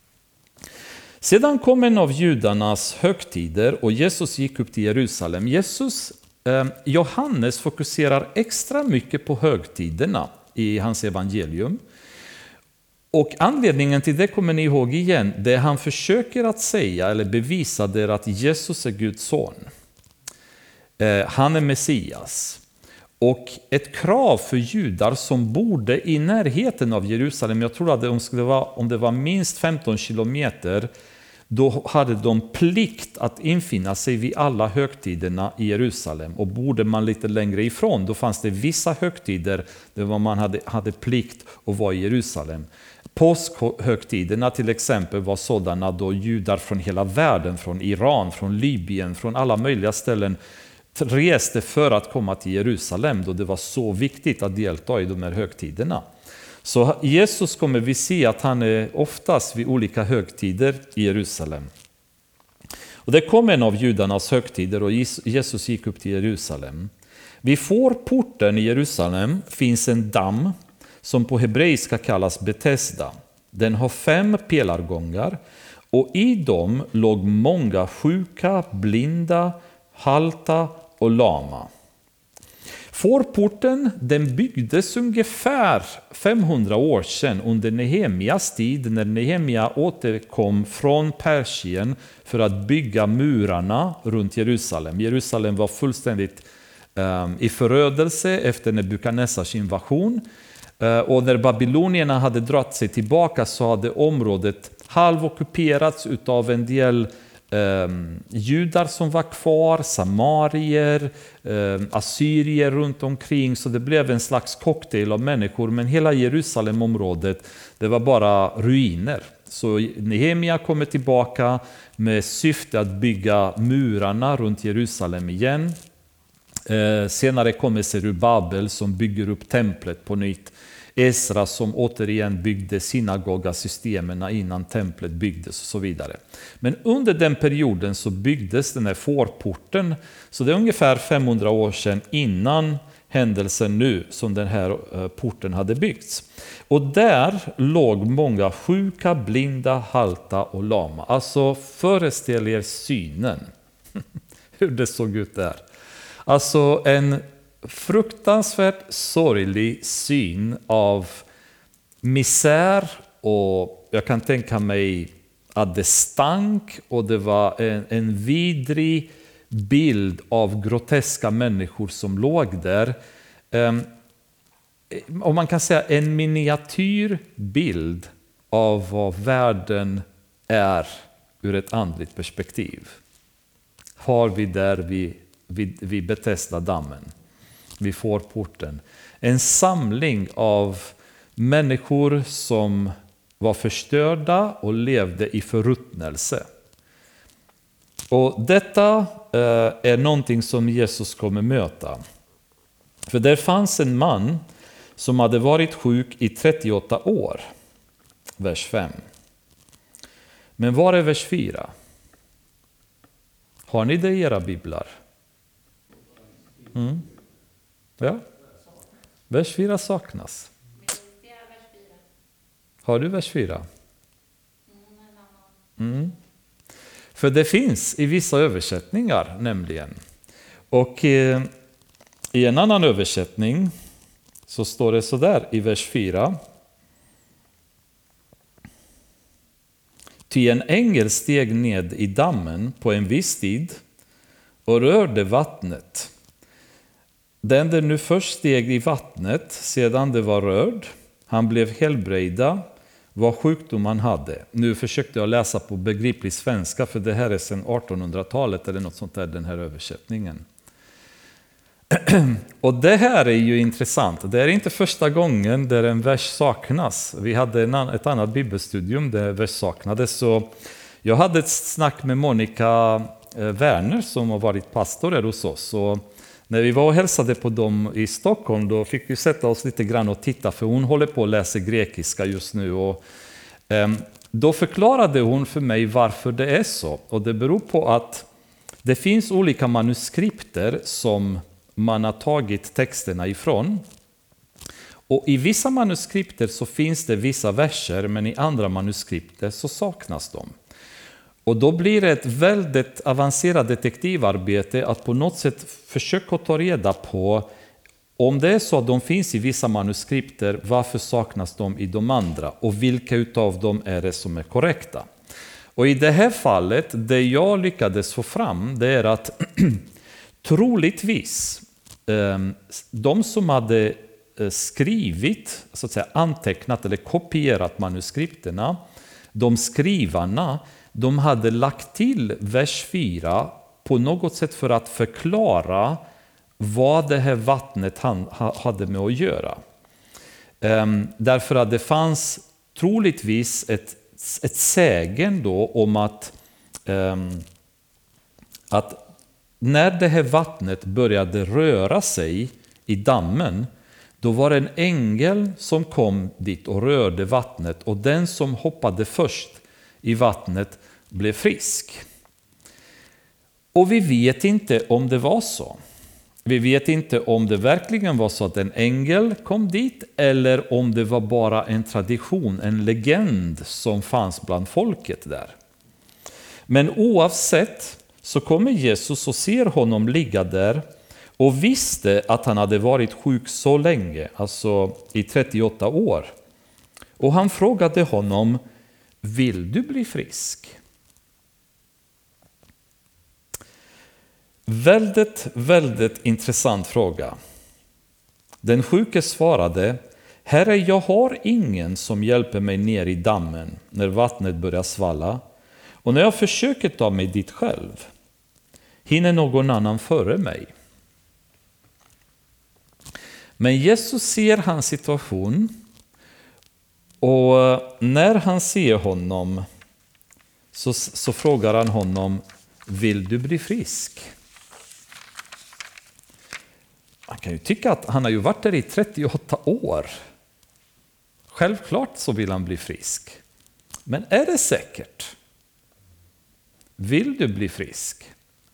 Sedan kom en av judarnas högtider och Jesus gick upp till Jerusalem. Jesus, eh, Johannes fokuserar extra mycket på högtiderna i hans evangelium. Och anledningen till det kommer ni ihåg igen. Det han försöker att säga eller bevisa det är att Jesus är Guds son. Eh, han är Messias. Och ett krav för judar som bodde i närheten av Jerusalem, jag tror att det skulle vara, om det var minst femton kilometer, då hade de plikt att infinna sig vid alla högtiderna i Jerusalem. Och bodde man lite längre ifrån, då fanns det vissa högtider där man hade, hade plikt att vara i Jerusalem. Påskhögtiderna till exempel var sådana då judar från hela världen, från Iran, från Libyen, från alla möjliga ställen reste för att komma till Jerusalem, då det var så viktigt att delta i de här högtiderna. Så Jesus kommer vi se att han är oftast vid olika högtider i Jerusalem. Och det kom en av judarnas högtider och Jesus gick upp till Jerusalem. Vid fårporten i Jerusalem finns en damm som på hebreiska kallas Betesda. Den har fem pelargångar och i dem låg många sjuka, blinda, halta och lama. Fårporten den byggdes ungefär femhundra år sedan under Nehemias tid, när Nehemia återkom från Persien för att bygga murarna runt Jerusalem. Jerusalem var fullständigt um, i förödelse efter Nebukadnessars invasion. Uh, och när babylonierna hade dragit sig tillbaka så hade området halvockuperats utav en del Um, judar som var kvar, samarier, um, assyrier runt omkring, så det blev en slags cocktail av människor, men hela Jerusalemområdet, det var bara ruiner. Så Nehemia kommer tillbaka med syfte att bygga murarna runt Jerusalem igen. Uh, senare kommer Zerubabel som bygger upp templet på nytt. Esra som återigen byggde synagogasystemen innan templet byggdes och så vidare. Men under den perioden så byggdes den här fårporten, så det är ungefär femhundra år sedan innan händelsen nu som den här porten hade byggts. Och där låg många sjuka, blinda, halta och lama. Alltså föreställ er synen, hur det såg ut där. Alltså en fruktansvärt sorglig syn av misär, och jag kan tänka mig att det stank och det var en, en vidrig bild av groteska människor som låg där. Um, och man kan säga en miniatyrbild av vad världen är ur ett andligt perspektiv. Har vi där vid, vid, vid Betesda-dammen. Vid fårporten. En samling av människor som var förstörda och levde i förruttnelse. Och detta eh, är någonting som Jesus kommer möta. För där fanns en man som hade varit sjuk i trettioåtta år. Vers fem. Men var är vers fyra? Har ni det i era biblar? Mm. Ja. Vers fyra saknas. Har du vers fyra? Mm. För det finns i vissa översättningar nämligen. Och eh, i en annan översättning så står det så där i vers fyra. Ty en ängel steg ned i dammen på en viss tid och rörde vattnet. Den där nu först steg i vattnet, sedan det var rörd, han blev helbrägda, vad sjukdom han hade. Nu försökte jag läsa på begriplig svenska, för det här är sedan artonhundratalet eller något sånt där, den här översättningen. Och det här är ju intressant. Det är inte första gången där en vers saknas. Vi hade en, ett annat bibelstudium där vers saknades. Så jag hade ett snack med Monica Werner som har varit pastor här hos oss. Och när vi var och hälsade på dem i Stockholm, då fick vi sätta oss lite grann och titta, för hon håller på att läsa grekiska just nu. Och, eh, då förklarade hon för mig varför det är så. Och det beror på att det finns olika manuskripter som man har tagit texterna ifrån. Och i vissa manuskripter så finns det vissa verser, men i andra manuskripter så saknas de. Och då blir det ett väldigt avancerat detektivarbete att på något sätt försöka ta reda på, om det är så att de finns i vissa manuskripter, varför saknas de i de andra? Och vilka utav dem är det som är korrekta? Och i det här fallet, det jag lyckades få fram, det är att troligtvis de som hade skrivit, så att säga, antecknat eller kopierat manuskripterna, de skrivarna, de hade lagt till vers fyra på något sätt för att förklara vad det här vattnet hade med att göra. Därför att det fanns troligtvis ett, ett sägen då om att, att när det här vattnet började röra sig i dammen, då var det en ängel som kom dit och rörde vattnet, och den som hoppade först i vattnet blev frisk. Och vi vet inte om det var så. Vi vet inte om det verkligen var så att en ängel kom dit, eller om det var bara en tradition, en legend som fanns bland folket där. Men oavsett så kommer Jesus och ser honom ligga där, och visste att han hade varit sjuk så länge, alltså i trettioåtta år. Och han frågade honom: vill du bli frisk? Väldigt, väldigt intressant fråga. Den sjuke svarade: Herre, jag har ingen som hjälper mig ner i dammen när vattnet börjar svalla. Och när jag försöker ta mig dit själv, hinner någon annan före mig. Men Jesus ser hans situation, och när han ser honom så, så frågar han honom: vill du bli frisk? Man kan ju tycka att han har ju varit där i trettioåtta år. Självklart så vill han bli frisk. Men är det säkert? Vill du bli frisk?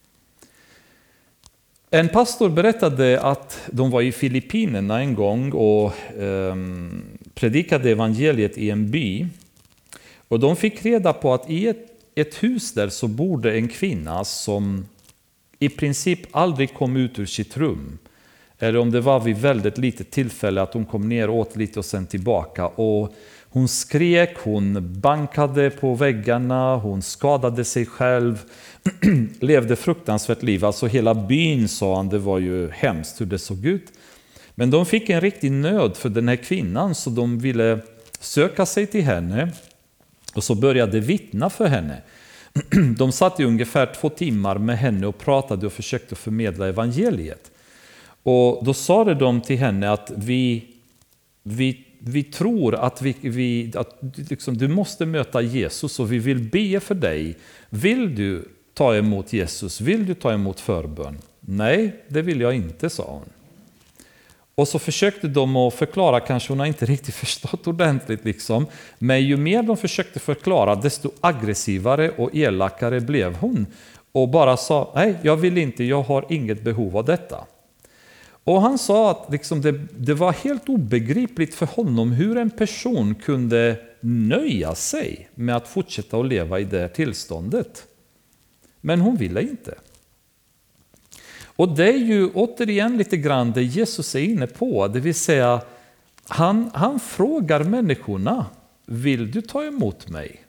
En pastor berättade att de var i Filippinerna en gång och eh, predikade evangeliet i en by. Och de fick reda på att i ett, ett hus där så bodde en kvinna som i princip aldrig kom ut ur sitt rum. Eller om det var vid väldigt litet tillfälle att hon kom ner, åt lite och sen tillbaka. Och hon skrek, hon bankade på väggarna, hon skadade sig själv, levde fruktansvärt liv. Alltså hela byn, sa han, det var ju hemskt hur det såg ut. Men de fick en riktig nöd för den här kvinnan, så de ville söka sig till henne och så började vittna för henne. De satt i ungefär två timmar med henne och pratade och försökte förmedla evangeliet. Och då sa de till henne att vi, vi, vi tror att, vi, vi, att liksom, du måste möta Jesus, och vi vill be för dig. Vill du ta emot Jesus? Vill du ta emot förbön? Nej, det vill jag inte, sa hon. Och så försökte de att förklara, kanske hon har inte riktigt förstått ordentligt liksom. Men ju mer de försökte förklara, desto aggressivare och elakare blev hon. Och bara sa: nej, jag vill inte, jag har inget behov av detta. Och han sa att liksom det, det var helt obegripligt för honom hur en person kunde nöja sig med att fortsätta att leva i det tillståndet. Men hon ville inte. Och det är ju återigen lite grann det Jesus är inne på. Det vill säga, han, han frågar människorna: vill du ta emot mig?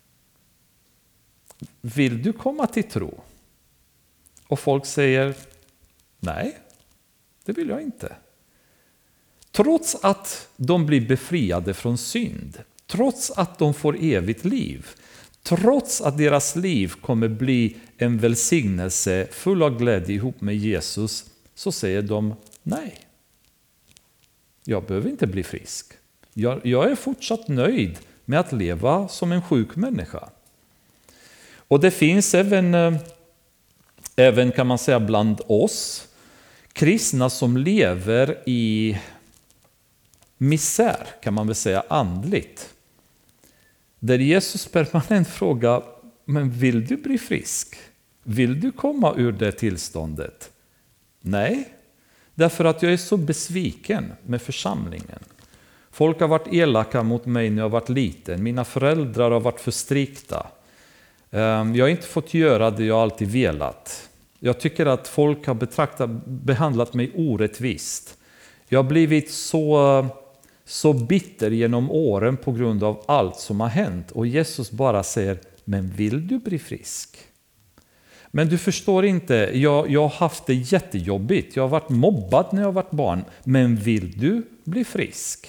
Vill du komma till tro? Och folk säger: nej, det vill jag inte. Trots att de blir befriade från synd, trots att de får evigt liv, trots att deras liv kommer bli en välsignelse full av glädje ihop med Jesus, så säger de: nej, jag behöver inte bli frisk. Jag, jag är fortsatt nöjd med att leva som en sjuk människa. Och det finns även, även kan man säga bland oss kristna som lever i misär, kan man väl säga, andligt. Där Jesus permanent frågar: men vill du bli frisk? Vill du komma ur det tillståndet? Nej, därför att jag är så besviken med församlingen. Folk har varit elaka mot mig när jag varit liten. Mina föräldrar har varit för strikta. Jag har inte fått göra det jag alltid velat. Jag tycker att folk har betraktat, behandlat mig orättvist. Jag har blivit så, så bitter genom åren på grund av allt som har hänt. Och Jesus bara säger: men vill du bli frisk? Men du förstår inte, jag, jag har haft det jättejobbigt. Jag har varit mobbad när jag har varit barn. Men vill du bli frisk?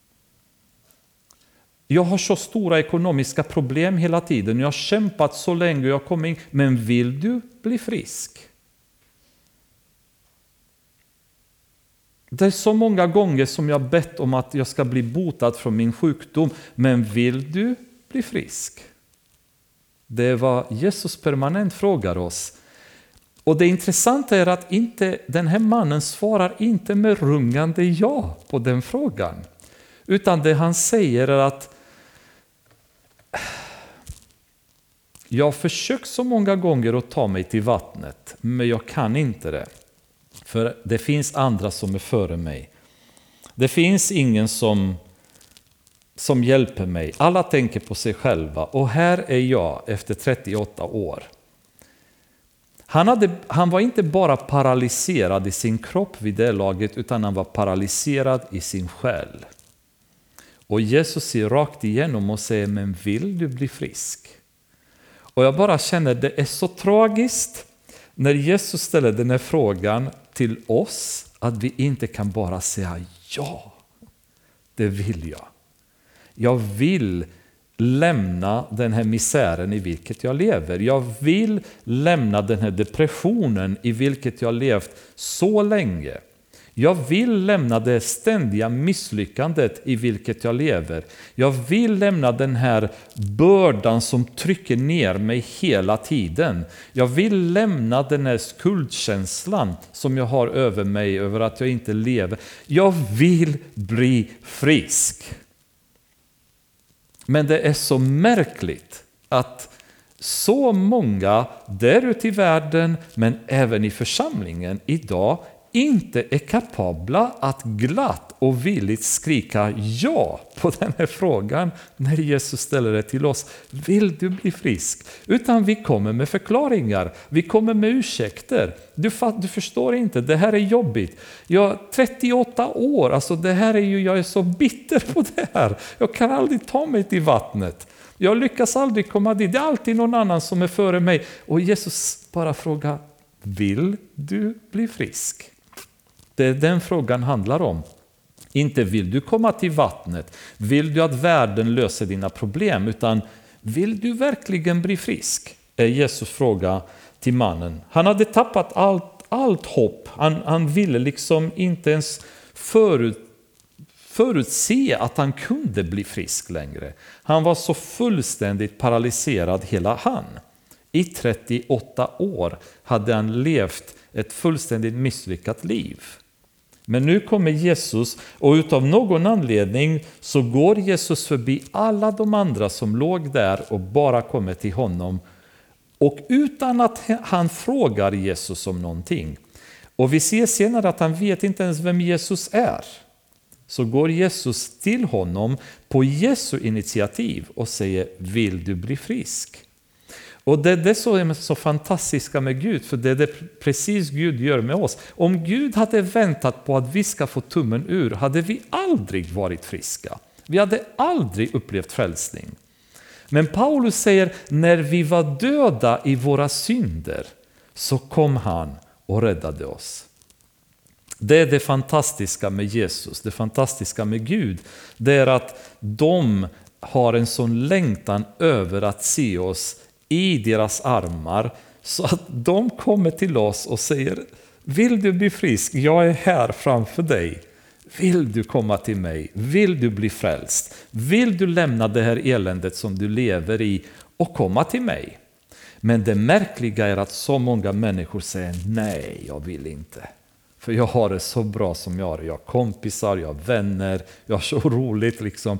Jag har så stora ekonomiska problem hela tiden. Jag har kämpat så länge och jag kommer in. Men vill du bli frisk? Det är så många gånger som jag bett om att jag ska bli botad från min sjukdom. Men vill du bli frisk? Det är vad Jesus permanent frågar oss. Och det intressanta är att inte, den här mannen svarar inte med rungande ja på den frågan. Utan det han säger är att jag har försökt så många gånger att ta mig till vattnet, men jag kan inte det. För det finns andra som är före mig. Det finns ingen som, som hjälper mig. Alla tänker på sig själva. Och här är jag efter trettioåtta år. Han, hade, han var inte bara paralyserad i sin kropp vid det laget, utan han var paralyserad i sin själ. Och Jesus ser rakt igenom och säger, men vill du bli frisk? Och jag bara känner, det är så tragiskt när Jesus ställer den här frågan till oss, att vi inte kan bara säga ja, det vill jag. Jag vill lämna den här misären i vilket jag lever. Jag vill lämna den här depressionen i vilket jag levt så länge. Jag vill lämna det ständiga misslyckandet i vilket jag lever. Jag vill lämna den här bördan som trycker ner mig hela tiden. Jag vill lämna den här skuldkänslan som jag har över mig, över att jag inte lever. Jag vill bli frisk. Men det är så märkligt att så många där ute i världen, men även i församlingen idag, inte är kapabla att glatt och villigt skrika ja på den här frågan när Jesus ställer det till oss. Vill du bli frisk? Utan vi kommer med förklaringar. Vi kommer med ursäkter. Du, du förstår inte, det här är jobbigt. Jag trettioåtta år, alltså det här är ju, jag är så bitter på det här. Jag kan aldrig ta mig till vattnet. Jag lyckas aldrig komma dit. Det är alltid någon annan som är före mig. Och Jesus bara frågar, vill du bli frisk? Det är den frågan handlar om. Inte vill du komma till vattnet, vill du att världen löser dina problem, utan vill du verkligen bli frisk? Är Jesus fråga till mannen. Han hade tappat allt, allt hopp. Han, han ville liksom inte ens förut, förutse att han kunde bli frisk längre. Han var så fullständigt paralyserad hela han. I trettioåtta år hade han levt ett fullständigt misslyckat liv. Men nu kommer Jesus, och utav någon anledning så går Jesus förbi alla de andra som låg där och bara kommer till honom. Och utan att han frågar Jesus om någonting. Och vi ser senare att han vet inte ens vem Jesus är. Så går Jesus till honom på Jesu initiativ och säger, vill du bli frisk? Och det är det som är så fantastiska med Gud, för det är det precis Gud gör med oss. Om Gud hade väntat på att vi ska få tummen ur, hade vi aldrig varit friska. Vi hade aldrig upplevt frälsning. Men Paulus säger, när vi var döda i våra synder, så kom han och räddade oss. Det är det fantastiska med Jesus, det fantastiska med Gud. Det är att de har en sån längtan över att se oss i deras armar, så att de kommer till oss och säger, vill du bli frisk? Jag är här framför dig. Vill du komma till mig? Vill du bli frälst? Vill du lämna det här eländet som du lever i och komma till mig? Men det märkliga är att så många människor säger, nej, jag vill inte. För jag har det så bra som jag har. Jag har kompisar, jag har vänner, jag har så roligt liksom.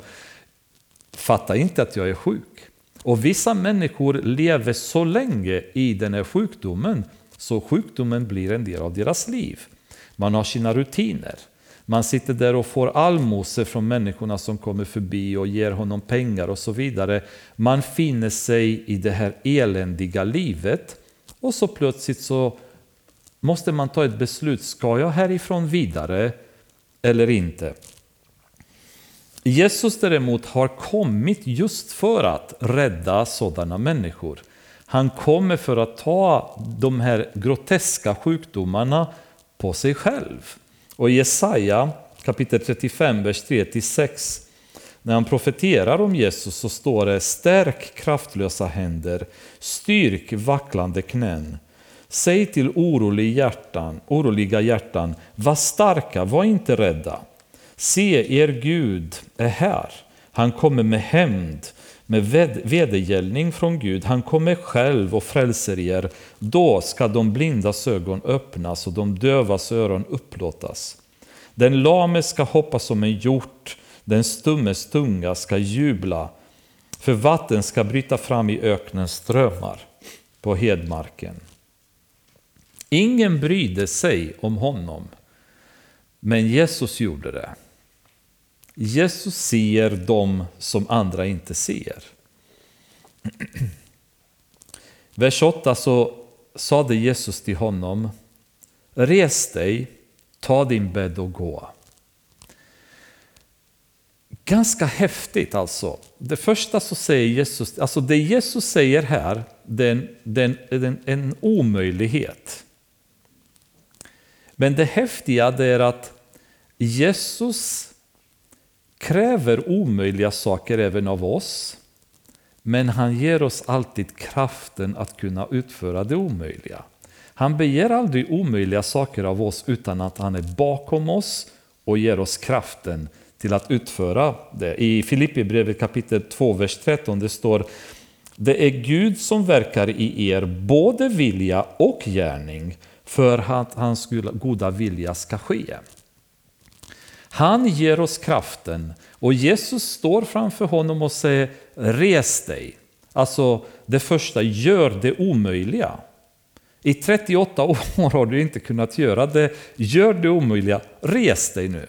Fatta inte att jag är sjuk. Och vissa människor lever så länge i den här sjukdomen, så sjukdomen blir en del av deras liv. Man har sina rutiner. Man sitter där och får allmosor från människorna som kommer förbi och ger honom pengar och så vidare. Man finner sig i det här eländiga livet, och så plötsligt så måste man ta ett beslut. Ska jag härifrån vidare eller inte? Jesus däremot har kommit just för att rädda sådana människor. Han kommer för att ta de här groteska sjukdomarna på sig själv. Och i Jesaja kapitel trettiofem, vers tre till sex, när han profeterar om Jesus så står det: stärk kraftlösa händer, styrk vacklande knän. Säg till orolig hjärtan, oroliga hjärtan, var starka, var inte rädda. Se, er Gud är här. Han kommer med hämnd, med ved- vedergällning från Gud. Han kommer själv och frälser er. Då ska de blindas ögon öppnas och de dövas öron upplåtas. Den lame ska hoppa som en hjort, den stummes tunga ska jubla. För vatten ska bryta fram i öknens strömmar på hedmarken. Ingen brydde sig om honom, men Jesus gjorde det. Jesus ser dem som andra inte ser. Vers åtta så sade Jesus till honom: res dig, ta din bädd och gå. Ganska häftigt alltså. Det första så säger Jesus, alltså det Jesus säger här, det är en, en, en omöjlighet. Men det häftiga det är att Jesus kräver omöjliga saker även av oss, men han ger oss alltid kraften att kunna utföra det omöjliga. Han begär aldrig omöjliga saker av oss utan att han är bakom oss och ger oss kraften till att utföra det. I Filippibrevet kapitel två, vers tretton det står: det är Gud som verkar i er både vilja och gärning för att hans goda vilja ska ske. Han ger oss kraften och Jesus står framför honom och säger: res dig. Alltså det första, gör det omöjliga. I trettioåtta år har du inte kunnat göra det. Gör det omöjliga, res dig nu.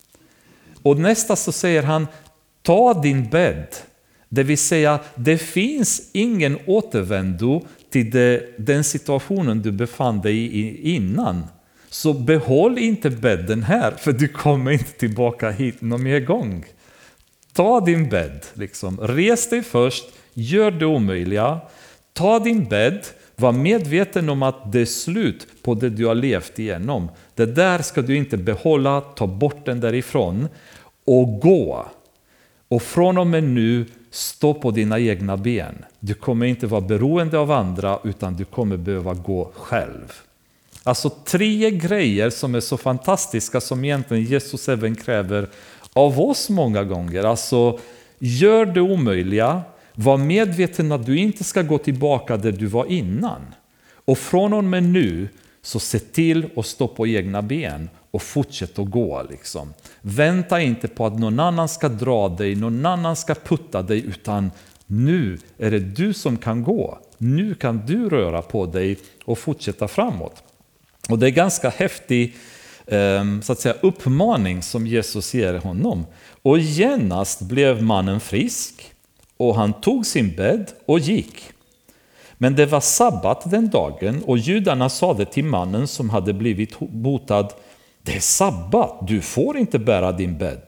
Och nästa så säger han: ta din bädd. Det vill säga, det finns ingen återvändo till det, den situationen du befann dig i innan. Så behåll inte bädden här, för du kommer inte tillbaka hit någon mer gång. Ta din bädd, liksom. Res dig först, gör det omöjliga. Ta din bädd, var medveten om att det är slut på det du har levt igenom. Det där ska du inte behålla, ta bort den därifrån och gå. Och från och med nu, stå på dina egna ben. Du kommer inte vara beroende av andra, utan du kommer behöva gå själv. Alltså tre grejer som är så fantastiska som egentligen Jesus även kräver av oss många gånger. Alltså, gör det omöjliga. Var medveten att du inte ska gå tillbaka där du var innan. Och från och med nu så se till att stå på egna ben och fortsätta att gå. Liksom. Vänta inte på att någon annan ska dra dig, någon annan ska putta dig, utan nu är det du som kan gå. Nu kan du röra på dig och fortsätta framåt. Och det är ganska häftig så att säga, uppmaning som Jesus ger honom. Och genast blev mannen frisk och han tog sin bädd och gick. Men det var sabbat den dagen och judarna sade till mannen som hade blivit botad: det är sabbat, du får inte bära din bädd.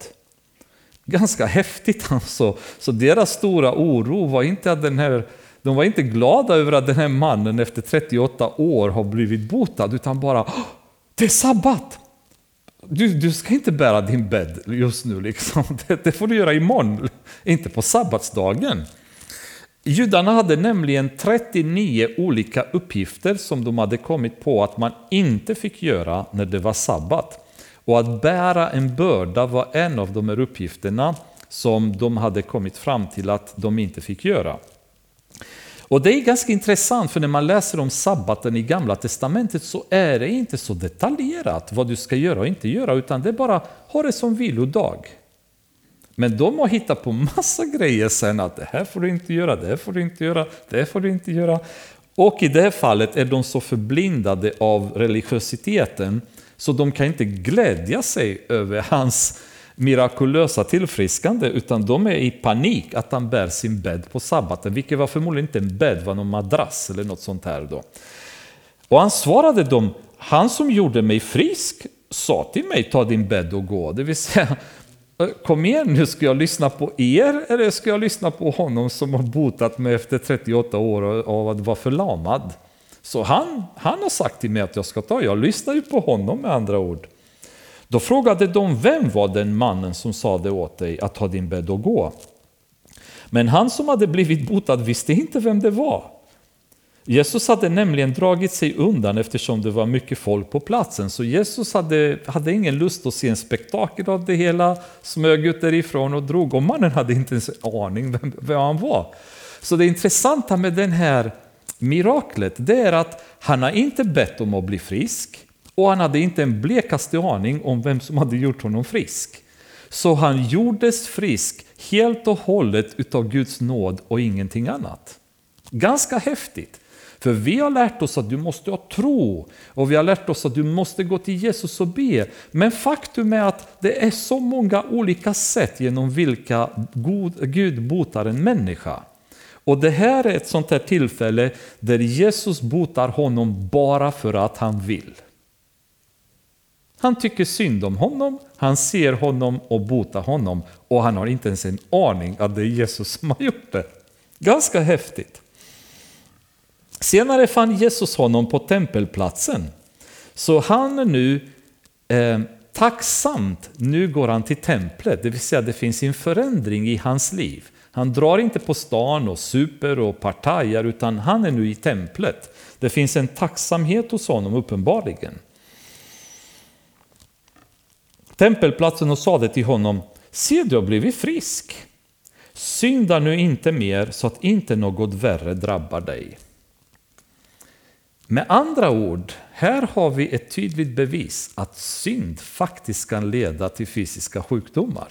Ganska häftigt alltså. Så deras stora oro var inte att den här, de var inte glada över att den här mannen efter trettioåtta år har blivit botad, utan bara: det är sabbat. Du, du ska inte bära din bädd just nu. Liksom. Det, det får du göra imorgon, inte på sabbatsdagen. Judarna hade nämligen trettionio olika uppgifter som de hade kommit på att man inte fick göra när det var sabbat. Och att bära en börda var en av de här uppgifterna som de hade kommit fram till att de inte fick göra. Och det är ganska intressant, för när man läser om sabbaten i Gamla testamentet så är det inte så detaljerat vad du ska göra och inte göra, utan det är bara ha det som vilodag. Men de har hittat på massa grejer sen, att det här får du inte göra, det här får du inte göra, det här får du inte göra. Och i det här fallet är de så förblindade av religiositeten så de kan inte glädja sig över hans mirakulösa tillfriskande, utan de är i panik att han bär sin bädd på sabbaten, vilket var förmodligen inte en bädd, var någon madrass eller något sånt här då. Och han svarade dem: han som gjorde mig frisk sa till mig, ta din bädd och gå. Det vill säga, kom igen, nu ska jag lyssna på er eller ska jag lyssna på honom som har botat mig efter trettioåtta år av att vara förlamad? Så han, han har sagt till mig att jag ska ta, jag lyssnar ju på honom med andra ord. Då frågade de, vem var den mannen som sa det åt dig att ta din bädd och gå? Men han som hade blivit botad visste inte vem det var. Jesus hade nämligen dragit sig undan eftersom det var mycket folk på platsen. Så Jesus hade, hade ingen lust att se en spektakel av det hela, smög ut därifrån och drog. Och mannen hade inte ens en aning vem, vem han var. Så det intressanta med den här miraklet, det är att han har inte bett om att bli frisk. Och han hade inte en blekaste aning om vem som hade gjort honom frisk. Så han gjordes frisk helt och hållet utav Guds nåd och ingenting annat. Ganska häftigt. För vi har lärt oss att du måste ha tro. Och vi har lärt oss att du måste gå till Jesus och be. Men faktum är att det är så många olika sätt genom vilka Gud botar en människa. Och det här är ett sånt här tillfälle där Jesus botar honom bara för att han vill. Han tycker synd om honom, han ser honom och botar honom. Och han har inte ens en aning att det är Jesus som har gjort det. Ganska häftigt. Senare fann Jesus honom på tempelplatsen. Så han är nu eh, tacksamt, nu går han till templet. Det vill säga det finns en förändring i hans liv. Han drar inte på stan och super och partajar utan han är nu i templet. Det finns en tacksamhet hos honom uppenbarligen. Tempelplatsen och sa det till honom, se du har blivit frisk. Synda nu inte mer så att inte något värre drabbar dig. Med andra ord, här har vi ett tydligt bevis att synd faktiskt kan leda till fysiska sjukdomar.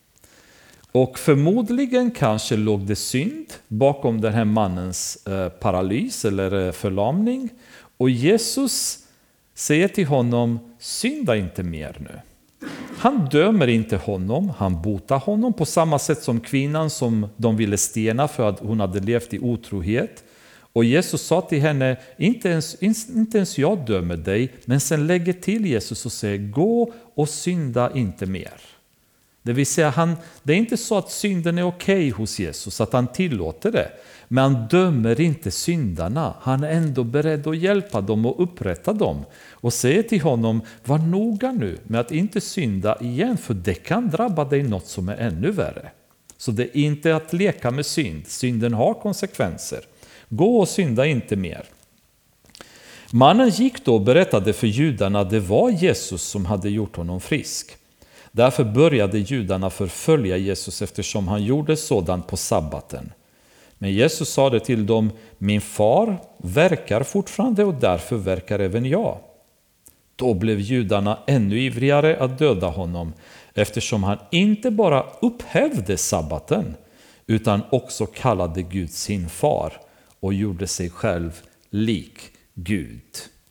Och förmodligen kanske låg det synd bakom den här mannens eh, paralys eller förlamning. Och Jesus säger till honom, synda inte mer nu. Han dömer inte honom, han botar honom på samma sätt som kvinnan som de ville stena för att hon hade levt i otrohet. Och Jesus sa till henne, inte ens, inte ens jag dömer dig, men sen lägger till Jesus och säger, gå och synda inte mer. Det vill säga, han, det är inte så att synden är okej hos Jesus, att han tillåter det. Men han dömer inte syndarna. Han är ändå beredd att hjälpa dem och upprätta dem. Och säger till honom, var noga nu med att inte synda igen, för det kan drabba dig något som är ännu värre. Så det är inte att leka med synd. Synden har konsekvenser. Gå och synda inte mer. Mannen gick då och berättade för judarna att det var Jesus som hade gjort honom frisk. Därför började judarna förfölja Jesus eftersom han gjorde sådant på sabbaten. Men Jesus sa det till dem, min far verkar fortfarande och därför verkar även jag. Då blev judarna ännu ivrigare att döda honom eftersom han inte bara upphävde sabbaten utan också kallade Gud sin far och gjorde sig själv lik Gud.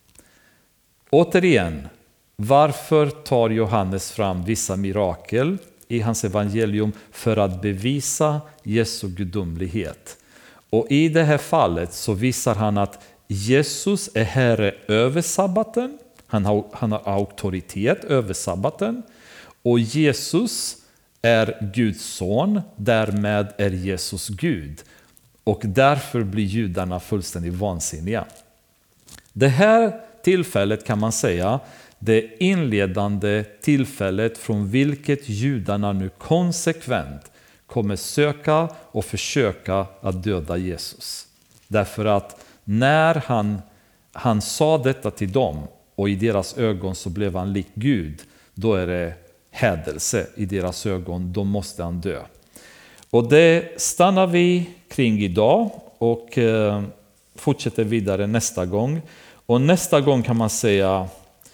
Återigen, varför tar Johannes fram vissa mirakel i hans evangelium? För att bevisa Jesu gudomlighet. Och i det här fallet så visar han att Jesus är herre över sabbaten. Han har, han har auktoritet över sabbaten. Och Jesus är Guds son, därmed är Jesus Gud. Och därför blir judarna fullständigt vansinniga. Det här tillfället kan man säga, det inledande tillfället från vilket judarna nu konsekvent kommer söka och försöka att döda Jesus. Därför att när han, han sa detta till dem och i deras ögon så blev han lik Gud, då är det hädelse i deras ögon, då måste han dö. Och det stannar vi kring idag och eh, fortsätter vidare nästa gång. Och nästa gång kan man säga,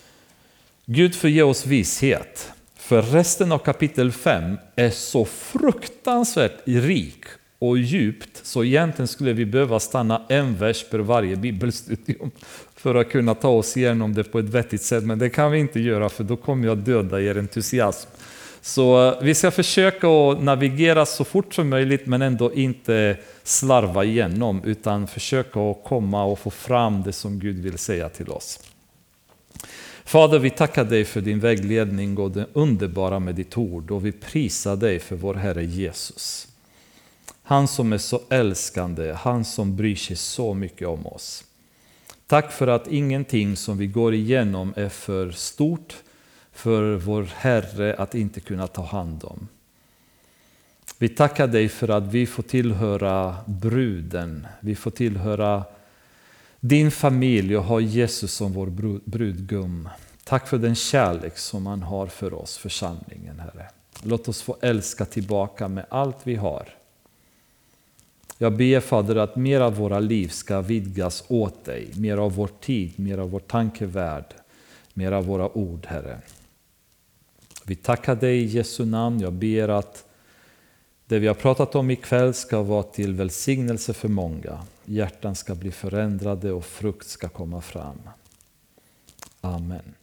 Gud får ge oss vishet. För resten av kapitel fem är så fruktansvärt rik och djupt så egentligen skulle vi behöva stanna en vers per varje bibelstudium för att kunna ta oss igenom det på ett vettigt sätt. Men det kan vi inte göra för då kommer jag döda er entusiasm. Så vi ska försöka att navigera så fort som möjligt men ändå inte slarva igenom utan försöka att komma och få fram det som Gud vill säga till oss. Fader, vi tackar dig för din vägledning och det underbara med ditt ord, och vi prisar dig för vår Herre Jesus. Han som är så älskande, han som bryr sig så mycket om oss. Tack för att ingenting som vi går igenom är för stort för vår Herre att inte kunna ta hand om. Vi tackar dig för att vi får tillhöra bruden, vi får tillhöra din familj och ha Jesus som vår brudgum. Tack för den kärlek som han har för oss, församlingen, Herre. Låt oss få älska tillbaka med allt vi har. Jag ber, Fader, att mer av våra liv ska vidgas åt dig. Mer av vår tid, mer av vår tankevärld, mer av våra ord, Herre. Vi tackar dig i Jesu namn. Jag ber att det vi har pratat om ikväll ska vara till välsignelse för många. Hjärtan ska bli förändrade och frukt ska komma fram. Amen.